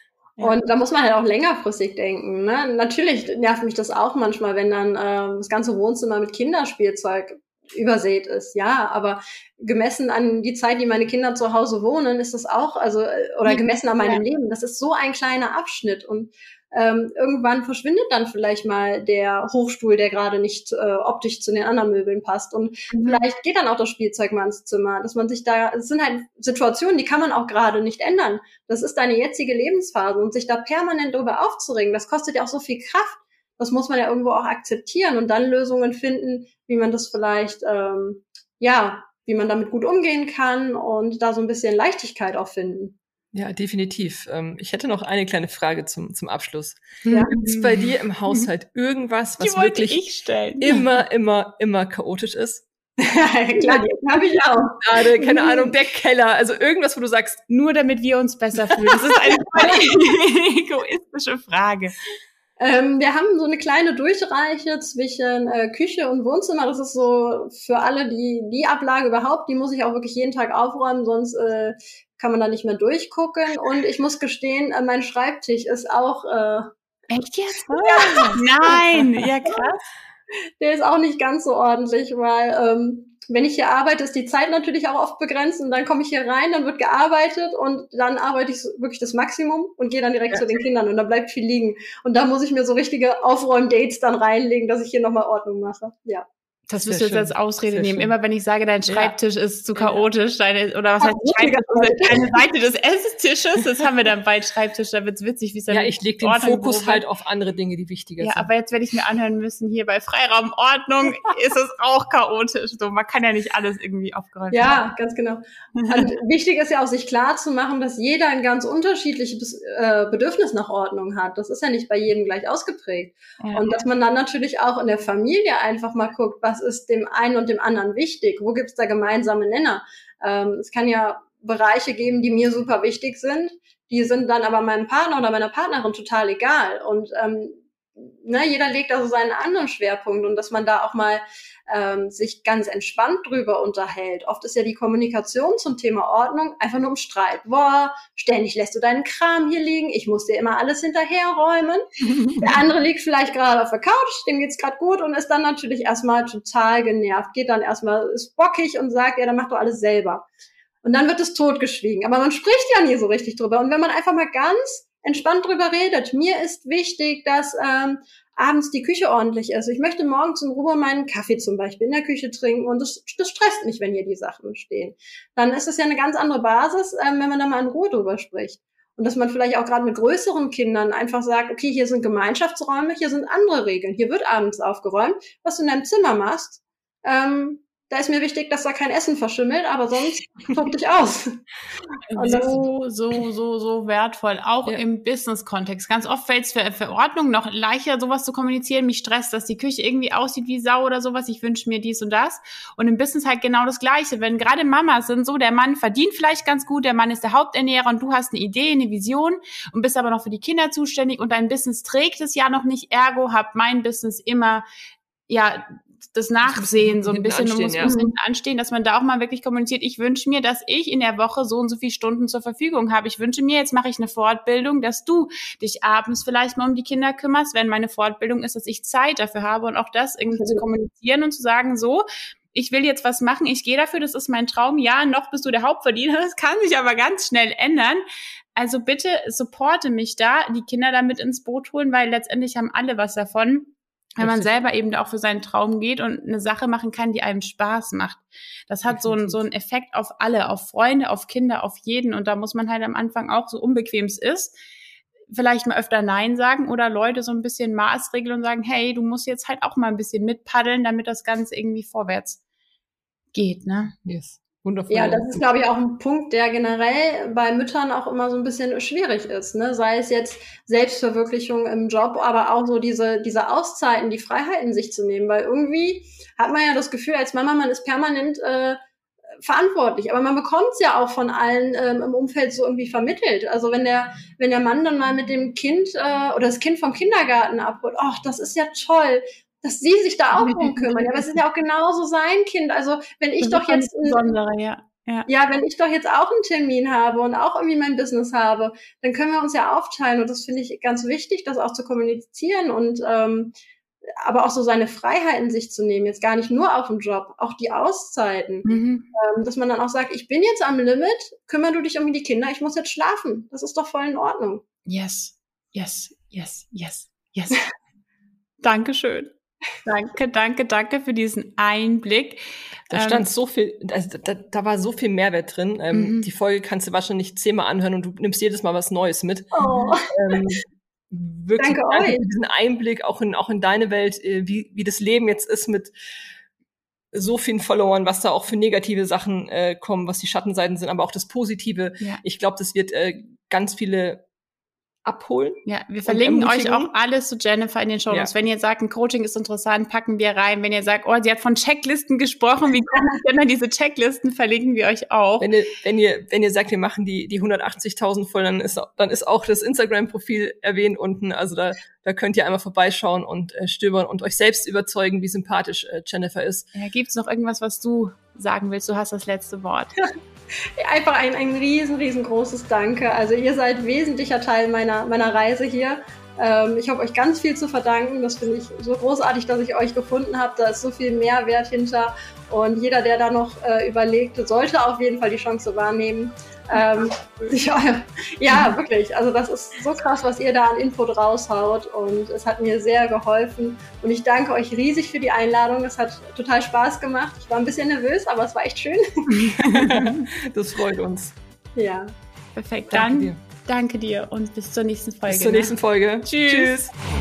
Und da muss man halt auch längerfristig denken. Ne? Natürlich nervt mich das auch manchmal, wenn dann äh, das ganze Wohnzimmer mit Kinderspielzeug übersät ist. Ja, aber gemessen an die Zeit, die meine Kinder zu Hause wohnen, ist das auch, also oder gemessen an meinem ja. Leben, das ist so ein kleiner Abschnitt. Und ähm, irgendwann verschwindet dann vielleicht mal der Hochstuhl, der gerade nicht äh, optisch zu den anderen Möbeln passt. Und mhm. vielleicht geht dann auch das Spielzeug mal ins Zimmer, dass man sich da, es sind halt Situationen, die kann man auch gerade nicht ändern. Das ist deine jetzige Lebensphase und sich da permanent drüber aufzuregen, das kostet ja auch so viel Kraft. Das muss man ja irgendwo auch akzeptieren und dann Lösungen finden, wie man das vielleicht, ähm, ja, wie man damit gut umgehen kann und da so ein bisschen Leichtigkeit auch finden. Ja, definitiv. Ich hätte noch eine kleine Frage zum, zum Abschluss. Ja. Gibt es bei dir im Haushalt irgendwas, was wirklich immer, immer, immer chaotisch ist? Klar, die habe ich auch. Gerade, keine Ahnung, der Keller, also irgendwas, wo du sagst, nur damit wir uns besser fühlen. Das ist eine egoistische Frage. Ähm, wir haben so eine kleine Durchreiche zwischen äh, Küche und Wohnzimmer. Das ist so für alle die die Ablage überhaupt. Die muss ich auch wirklich jeden Tag aufräumen, sonst äh, kann man da nicht mehr durchgucken. Und ich muss gestehen, äh, mein Schreibtisch ist auch äh, echt jetzt? Ja. Nein, ja krass. Der ist auch nicht ganz so ordentlich, weil ähm, wenn ich hier arbeite, ist die Zeit natürlich auch oft begrenzt und dann komme ich hier rein, dann wird gearbeitet und dann arbeite ich wirklich das Maximum und gehe dann direkt ja. zu den Kindern und da bleibt viel liegen. Und da muss ich mir so richtige Aufräum-Dates dann reinlegen, dass ich hier nochmal Ordnung mache. Ja. Das wirst du jetzt als Ausrede Sehr nehmen. Schön. Immer wenn ich sage, dein Schreibtisch ja. ist zu chaotisch, deine, oder was heißt Schreibtisch, eine Seite des Esstisches, das haben wir dann bald Schreibtisch, da wird's witzig, wie es dann ja, ich lege den Fokus halt auf andere Dinge, die wichtiger ja, sind. Ja, aber jetzt werde ich mir anhören müssen, hier bei Freiraumordnung ist es auch chaotisch. So, man kann ja nicht alles irgendwie aufgeräumt ja, haben. Ja, ganz genau. Und wichtig ist ja auch, sich klar zu machen, dass jeder ein ganz unterschiedliches äh, Bedürfnis nach Ordnung hat. Das ist ja nicht bei jedem gleich ausgeprägt. Ja. Und dass man dann natürlich auch in der Familie einfach mal guckt, was ist dem einen und dem anderen wichtig? Wo gibt's da gemeinsame Nenner? Ähm, es kann ja Bereiche geben, die mir super wichtig sind. Die sind dann aber meinem Partner oder meiner Partnerin total egal. Und ähm, ne, jeder legt da so seinen anderen Schwerpunkt und dass man da auch mal ähm, sich ganz entspannt drüber unterhält. Oft ist ja die Kommunikation zum Thema Ordnung einfach nur um Streit. Boah, ständig lässt du deinen Kram hier liegen, ich muss dir immer alles hinterherräumen. Der andere liegt vielleicht gerade auf der Couch, dem geht's gerade gut und ist dann natürlich erstmal total genervt, geht dann erstmal, ist bockig und sagt, ja, dann mach doch alles selber. Und dann wird es totgeschwiegen. Aber man spricht ja nie so richtig drüber. Und wenn man einfach mal ganz entspannt drüber redet, mir ist wichtig, dass ähm, abends die Küche ordentlich ist. Ich möchte morgens in Ruhe meinen Kaffee zum Beispiel in der Küche trinken und das, das stresst mich, wenn hier die Sachen stehen. Dann ist es ja eine ganz andere Basis, ähm, wenn man da mal in Ruhe drüber spricht. Und dass man vielleicht auch gerade mit größeren Kindern einfach sagt, okay, hier sind Gemeinschaftsräume, hier sind andere Regeln. Hier wird abends aufgeräumt. Was du in deinem Zimmer machst, ähm, da ist mir wichtig, dass da kein Essen verschimmelt, aber sonst tob dich aus. Und so, so, so, so wertvoll, auch ja. im Business-Kontext. Ganz oft fällt es für Verordnung noch leichter, sowas zu kommunizieren. Mich stresst, dass die Küche irgendwie aussieht wie Sau oder sowas. Ich wünsche mir dies und das. Und im Business halt genau das Gleiche. Wenn gerade Mamas sind so, der Mann verdient vielleicht ganz gut, der Mann ist der Haupternährer und du hast eine Idee, eine Vision und bist aber noch für die Kinder zuständig und dein Business trägt es ja noch nicht. Ergo hat mein Business immer, ja, das Nachsehen so ein bisschen und muss, ja. muss hinten anstehen, dass man da auch mal wirklich kommuniziert. Ich wünsche mir, dass ich in der Woche so und so viele Stunden zur Verfügung habe. Ich wünsche mir, jetzt mache ich eine Fortbildung, dass du dich abends vielleicht mal um die Kinder kümmerst, wenn meine Fortbildung ist, dass ich Zeit dafür habe und auch das irgendwie zu kommunizieren und zu sagen, so, ich will jetzt was machen, ich gehe dafür, das ist mein Traum. Ja, noch bist du der Hauptverdiener, das kann sich aber ganz schnell ändern. Also bitte supporte mich da, die Kinder damit ins Boot holen, weil letztendlich haben alle was davon. Wenn man selber eben auch für seinen Traum geht und eine Sache machen kann, die einem Spaß macht. Das hat so einen, so einen Effekt auf alle, auf Freunde, auf Kinder, auf jeden. Und da muss man halt am Anfang auch, so unbequem es ist, vielleicht mal öfter Nein sagen oder Leute so ein bisschen maßregeln und sagen, hey, du musst jetzt halt auch mal ein bisschen mitpaddeln, damit das Ganze irgendwie vorwärts geht, ne? Yes. Wundervoll. Ja, das ist, glaube ich, auch ein Punkt, der generell bei Müttern auch immer so ein bisschen schwierig ist, ne? Sei es jetzt Selbstverwirklichung im Job, aber auch so diese, diese Auszeiten, die Freiheiten sich zu nehmen, weil irgendwie hat man ja das Gefühl, als Mama, man ist permanent äh, verantwortlich, aber man bekommt es ja auch von allen ähm, im Umfeld so irgendwie vermittelt. Also wenn der, wenn der Mann dann mal mit dem Kind äh, oder das Kind vom Kindergarten abholt, ach, das ist ja toll, dass sie sich da auch drum kümmern. Ja, aber es ist ja auch genauso sein Kind. Also wenn ich doch jetzt Besondere, ja. Ja. ja, wenn ich doch jetzt auch einen Termin habe und auch irgendwie mein Business habe, dann können wir uns ja aufteilen. Und das finde ich ganz wichtig, das auch zu kommunizieren und ähm, aber auch so seine Freiheiten sich zu nehmen. Jetzt gar nicht nur auf dem Job, auch die Auszeiten. Mhm. Ähm, dass man dann auch sagt, ich bin jetzt am Limit, kümmere du dich um die Kinder, ich muss jetzt schlafen. Das ist doch voll in Ordnung. Yes, yes, yes, yes, yes. Dankeschön. Danke, danke, danke für diesen Einblick. Da stand ähm, so viel, also da, da war so viel Mehrwert drin. Ähm, mhm. Die Folge kannst du wahrscheinlich zehnmal anhören und du nimmst jedes Mal was Neues mit. Oh. Ähm, wirklich danke, danke für diesen Einblick auch in, auch in deine Welt, wie, wie das Leben jetzt ist mit so vielen Followern, was da auch für negative Sachen äh, kommen, was die Schattenseiten sind, aber auch das Positive. Ja. Ich glaube, das wird äh, ganz viele abholen. Ja, wir verlinken euch auch alles zu Jennifer in den Shownotes. Ja. Wenn ihr sagt, ein Coaching ist interessant, packen wir rein. Wenn ihr sagt, oh, sie hat von Checklisten gesprochen, wie kommen denn diese Checklisten, verlinken wir euch auch. Wenn ihr, wenn ihr, wenn ihr sagt, wir machen die, die hundertachtzigtausend voll, dann ist, dann ist auch das Instagram-Profil erwähnt unten. Also da, da könnt ihr einmal vorbeischauen und äh, stöbern und euch selbst überzeugen, wie sympathisch äh, Jennifer ist. Ja, gibt's noch irgendwas, was du sagen willst? Du hast das letzte Wort. Einfach ein, ein riesen, riesengroßes Danke. Also ihr seid wesentlicher Teil meiner, meiner Reise hier. Ähm, ich habe euch ganz viel zu verdanken. Das finde ich so großartig, dass ich euch gefunden habe. Da ist so viel Mehrwert hinter. Und jeder, der da noch äh, überlegt, sollte auf jeden Fall die Chance wahrnehmen. Ähm, ja, ja, wirklich. Also das ist so krass, was ihr da an Input raushaut. Und es hat mir sehr geholfen. Und ich danke euch riesig für die Einladung. Es hat total Spaß gemacht. Ich war ein bisschen nervös, aber es war echt schön. Das freut uns. Ja. Perfekt. Dann danke dir, danke dir und bis zur nächsten Folge. Bis zur nächsten Folge. Tschüss. Tschüss.